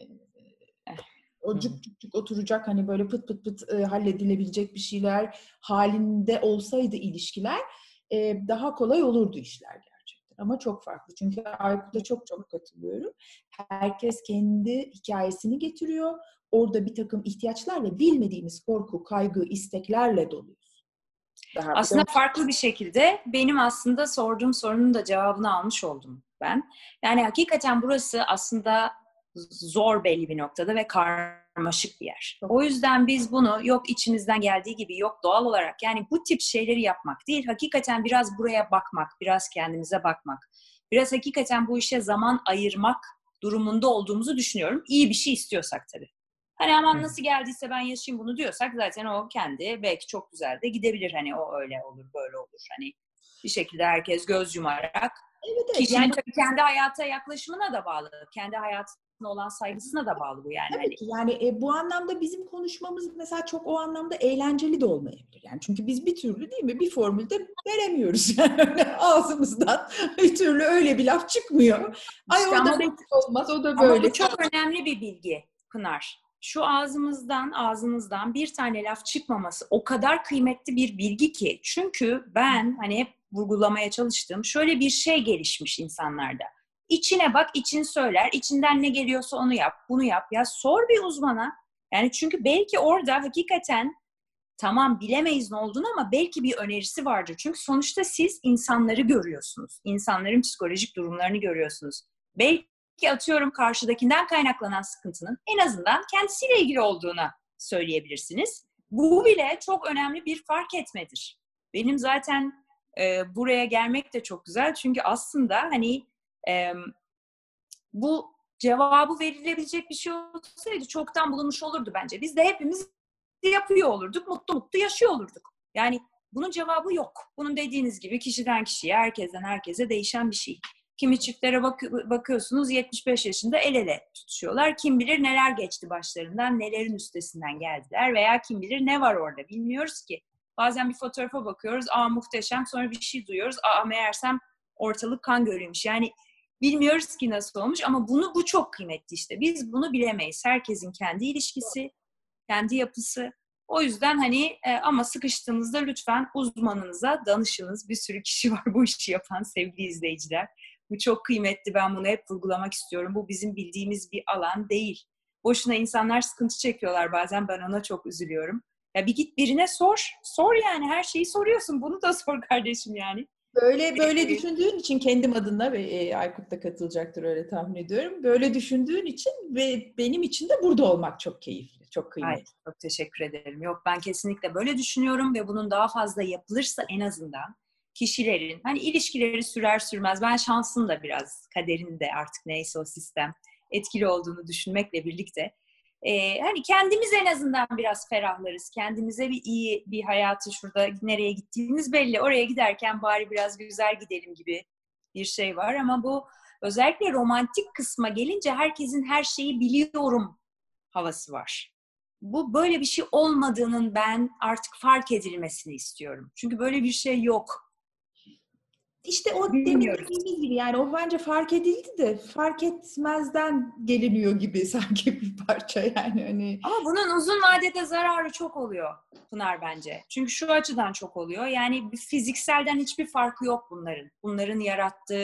o cuk oturacak hani böyle pıt halledilebilecek bir şeyler halinde olsaydı ilişkiler daha kolay olurdu işler gerçekten. Ama çok farklı. Çünkü Aykut'a çok katılıyorum. Herkes kendi hikayesini getiriyor. Orada bir takım ihtiyaçlar ve bilmediğimiz korku, kaygı, isteklerle doluyuz. Aslında farklı bir şekilde benim aslında sorduğum sorunun da cevabını almış oldum ben. Yani hakikaten burası aslında zor belli bir noktada ve karmaşık bir yer. O yüzden biz bunu yok içimizden geldiği gibi yok doğal olarak yani bu tip şeyleri yapmak değil, hakikaten biraz buraya bakmak, biraz kendimize bakmak, biraz hakikaten bu işe zaman ayırmak durumunda olduğumuzu düşünüyorum. İyi bir şey istiyorsak tabii. Hani aman nasıl geldiyse ben yaşayayım bunu diyorsak zaten o kendi belki çok güzel de gidebilir. Hani o öyle olur, böyle olur. Hani bir şekilde herkes göz yumarak. Evet. Kişinin yani, tabii kendi hayata yaklaşımına da bağlı. Kendi hayatına olan saygısına da bağlı bu yani. Tabii ki yani bu anlamda bizim konuşmamız mesela çok o anlamda eğlenceli de olmayabilir. Yani çünkü biz bir türlü değil mi bir formülde veremiyoruz. Yani ağzımızdan bir türlü öyle bir laf çıkmıyor. Ay işte o da olmaz, o da böyle. Ama bu çok önemli bir bilgi Pınar. Şu ağzımızdan bir tane laf çıkmaması o kadar kıymetli bir bilgi ki. Çünkü ben hani hep vurgulamaya çalıştığım şöyle bir şey gelişmiş insanlarda. İçine bak, için söyler. İçinden ne geliyorsa onu yap, bunu yap. Ya sor bir uzmana. Yani çünkü belki orada hakikaten tamam bilemeyiz ne olduğunu ama belki bir önerisi vardır. Çünkü sonuçta siz insanları görüyorsunuz. İnsanların psikolojik durumlarını görüyorsunuz. Belki atıyorum karşıdakinden kaynaklanan sıkıntının en azından kendisiyle ilgili olduğunu söyleyebilirsiniz. Bu bile çok önemli bir fark etmedir. Benim zaten buraya gelmek de çok güzel. Çünkü aslında hani bu cevabı verilebilecek bir şey olsaydı çoktan bulunmuş olurdu bence. Biz de hepimiz yapıyor olurduk, mutlu mutlu yaşıyor olurduk. Yani bunun cevabı yok. Bunun dediğiniz gibi kişiden kişiye, herkesten herkese değişen bir şey. Kimi çiftlere bakıyorsunuz 75 yaşında el ele tutuşuyorlar. Kim bilir neler geçti başlarından, nelerin üstesinden geldiler veya kim bilir ne var orada bilmiyoruz ki. Bazen bir fotoğrafa bakıyoruz, muhteşem, sonra bir şey duyuyoruz, meğersem ortalık kan gölüymüş. Yani bilmiyoruz ki nasıl olmuş ama bu çok kıymetli işte. Biz bunu bilemeyiz. Herkesin kendi ilişkisi, kendi yapısı. O yüzden hani ama sıkıştığınızda lütfen uzmanınıza danışınız. Bir sürü kişi var bu işi yapan sevgili izleyiciler. Bu çok kıymetli. Ben bunu hep vurgulamak istiyorum. Bu bizim bildiğimiz bir alan değil. Boşuna insanlar sıkıntı çekiyorlar bazen. Ben ona çok üzülüyorum. Ya bir git birine sor. Sor yani. Her şeyi soruyorsun. Bunu da sor kardeşim yani. Böyle düşündüğün için kendim adına ve Aykut da katılacaktır öyle tahmin ediyorum. Böyle düşündüğün için ve benim için de burada olmak çok keyifli, çok kıymetli. Ay, çok teşekkür ederim. Yok ben kesinlikle böyle düşünüyorum ve bunun daha fazla yapılırsa en azından kişilerin hani ilişkileri sürer sürmez ben şansın da biraz kaderin de artık neyse o sistem etkili olduğunu düşünmekle birlikte hani kendimiz en azından biraz ferahlarız. Kendimize iyi bir hayatı şurada nereye gittiğimiz belli. Oraya giderken bari biraz güzel gidelim gibi bir şey var. Ama bu özellikle romantik kısma gelince herkesin her şeyi biliyorum havası var. Bu böyle bir şey olmadığının ben artık fark edilmesini istiyorum. Çünkü böyle bir şey yok. İşte o demin dediğimiz gibi yani o bence fark edildi de fark etmezden geliniyor gibi sanki bir parça yani hani. Ama bunun uzun vadede zararı çok oluyor Pınar bence. Çünkü şu açıdan çok oluyor. Yani fizikselden hiçbir farkı yok bunların. Bunların yarattığı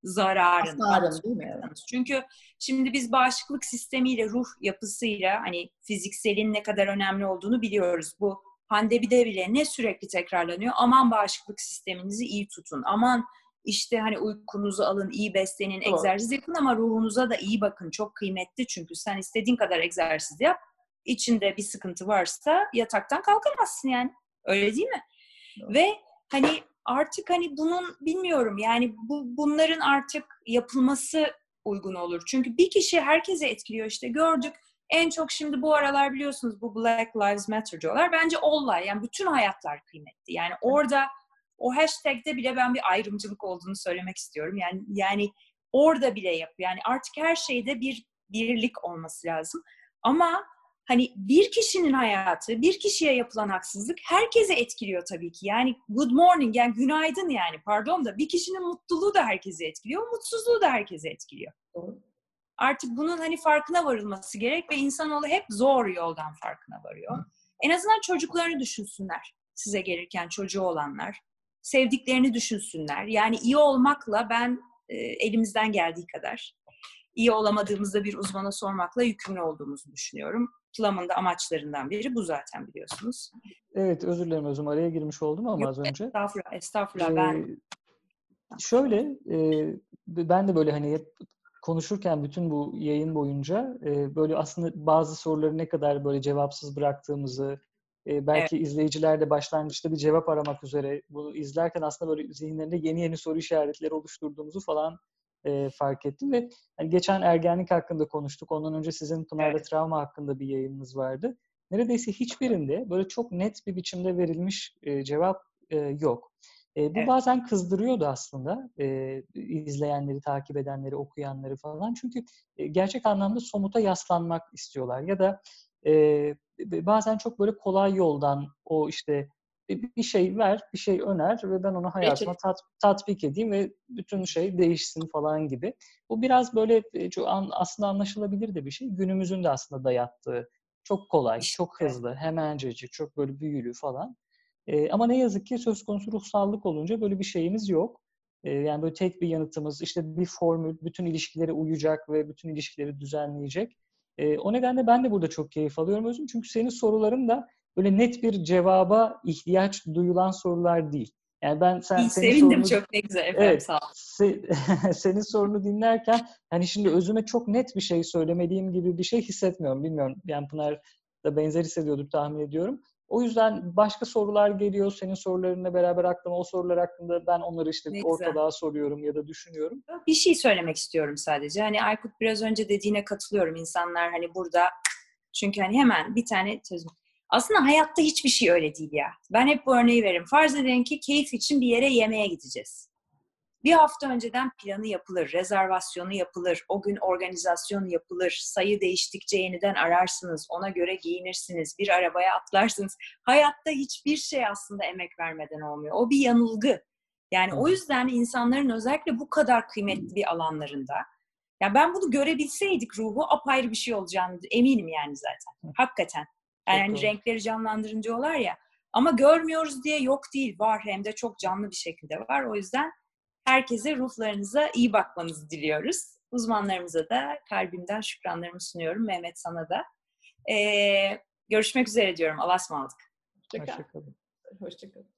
zararın. Değil mi? Çünkü şimdi biz bağışıklık sistemiyle, ruh yapısıyla hani fizikselin ne kadar önemli olduğunu biliyoruz. Bu pandemide bile ne sürekli tekrarlanıyor? Aman bağışıklık sisteminizi iyi tutun. Aman işte hani uykunuzu alın, iyi beslenin, egzersiz yapın ama ruhunuza da iyi bakın. Çok kıymetli çünkü sen istediğin kadar egzersiz yap. İçinde bir sıkıntı varsa yataktan kalkamazsın yani. Öyle değil mi? Doğru. Ve hani artık hani bunun bilmiyorum yani bunların artık yapılması uygun olur. Çünkü bir kişi herkese etkiliyor işte gördük. En çok şimdi bu aralar biliyorsunuz bu Black Lives Matter diyorlar. Bence all life yani bütün hayatlar kıymetli. Yani orada o hashtag'de bile ben bir ayrımcılık olduğunu söylemek istiyorum. Yani orada bile yapıyor. Yani artık her şeyde bir birlik olması lazım. Ama hani bir kişinin hayatı, bir kişiye yapılan haksızlık herkese etkiliyor tabii ki. Yani good morning, yani günaydın yani pardon da bir kişinin mutluluğu da herkese etkiliyor, mutsuzluğu da herkese etkiliyor. Doğru. Artık bunun hani farkına varılması gerek ve insanoğlu hep zor yoldan farkına varıyor. En azından çocuklarını düşünsünler. Size gelirken çocuğu olanlar. Sevdiklerini düşünsünler. Yani iyi olmakla ben elimizden geldiği kadar iyi olamadığımızda bir uzmana sormakla yükümlü olduğumuzu düşünüyorum. Plum'un da amaçlarından biri bu zaten biliyorsunuz. Evet, özür dilerim Özüm. Araya girmiş oldum ama az önce. Estağfurullah. Şöyle, ben de böyle hani hep konuşurken bütün bu yayın boyunca böyle aslında bazı soruları ne kadar böyle cevapsız bıraktığımızı, belki izleyiciler de başlangıçta bir cevap aramak üzere bunu izlerken aslında böyle zihinlerinde yeni soru işaretleri oluşturduğumuzu falan fark ettim ve hani geçen ergenlik hakkında konuştuk. Ondan önce sizin Pınar'da travma hakkında bir yayınınız vardı. Neredeyse hiçbirinde böyle çok net bir biçimde verilmiş cevap yok. Bu bazen kızdırıyordu aslında izleyenleri, takip edenleri, okuyanları falan. Çünkü gerçek anlamda somuta yaslanmak istiyorlar. Ya da bazen çok böyle kolay yoldan o işte bir şey ver, bir şey öner ve ben onu hayatıma tatbik edeyim ve bütün şey değişsin falan gibi. Bu biraz böyle aslında anlaşılabilir de bir şey. Günümüzün de aslında dayattığı çok kolay, çok hızlı, hemencecik, çok böyle büyülü falan. Ama ne yazık ki söz konusu ruhsallık olunca böyle bir şeyimiz yok. Yani böyle tek bir yanıtımız, işte bir formül, bütün ilişkilere uyacak ve bütün ilişkileri düzenleyecek. O nedenle ben de burada çok keyif alıyorum Özüm. Çünkü senin soruların da böyle net bir cevaba ihtiyaç duyulan sorular değil. Yani ben senin sorunu, çok ne güzel efendim, evet, sağ ol. Senin sorunu dinlerken hani şimdi Özüm'e çok net bir şey söylemeliyim gibi bir şey hissetmiyorum. Bilmiyorum. Yani Pınar da benzer hissediyordur tahmin ediyorum. O yüzden başka sorular geliyor. Senin sorularınla beraber aklıma o sorular hakkında ben onları işte ortalığa soruyorum ya da düşünüyorum. Bir şey söylemek istiyorum sadece. Hani Aykut biraz önce dediğine katılıyorum. İnsanlar hani burada çünkü hani hemen bir tane çözüm. Aslında hayatta hiçbir şey öyle değil ya. Ben hep bu örneği veririm. Farz edelim ki keyif için bir yere yemeğe gideceğiz. Bir hafta önceden planı yapılır, rezervasyonu yapılır, o gün organizasyon yapılır, sayı değiştikçe yeniden ararsınız, ona göre giyinirsiniz, bir arabaya atlarsınız. Hayatta hiçbir şey aslında emek vermeden olmuyor. O bir yanılgı. Yani o yüzden insanların özellikle bu kadar kıymetli bir alanlarında, ya ben bunu görebilseydik ruhu apayrı bir şey olacağını eminim yani zaten. Hakikaten. Yani hani renkleri canlandırın diyorlar ya. Ama görmüyoruz diye yok değil, var, hem de çok canlı bir şekilde var. O yüzden herkese ruhlarınıza iyi bakmanızı diliyoruz. Uzmanlarımıza da kalbimden şükranlarımı sunuyorum. Mehmet, sana da. Görüşmek üzere diyorum. Allah'a ısmarladık. Hoşçakalın. Hoşçakalın.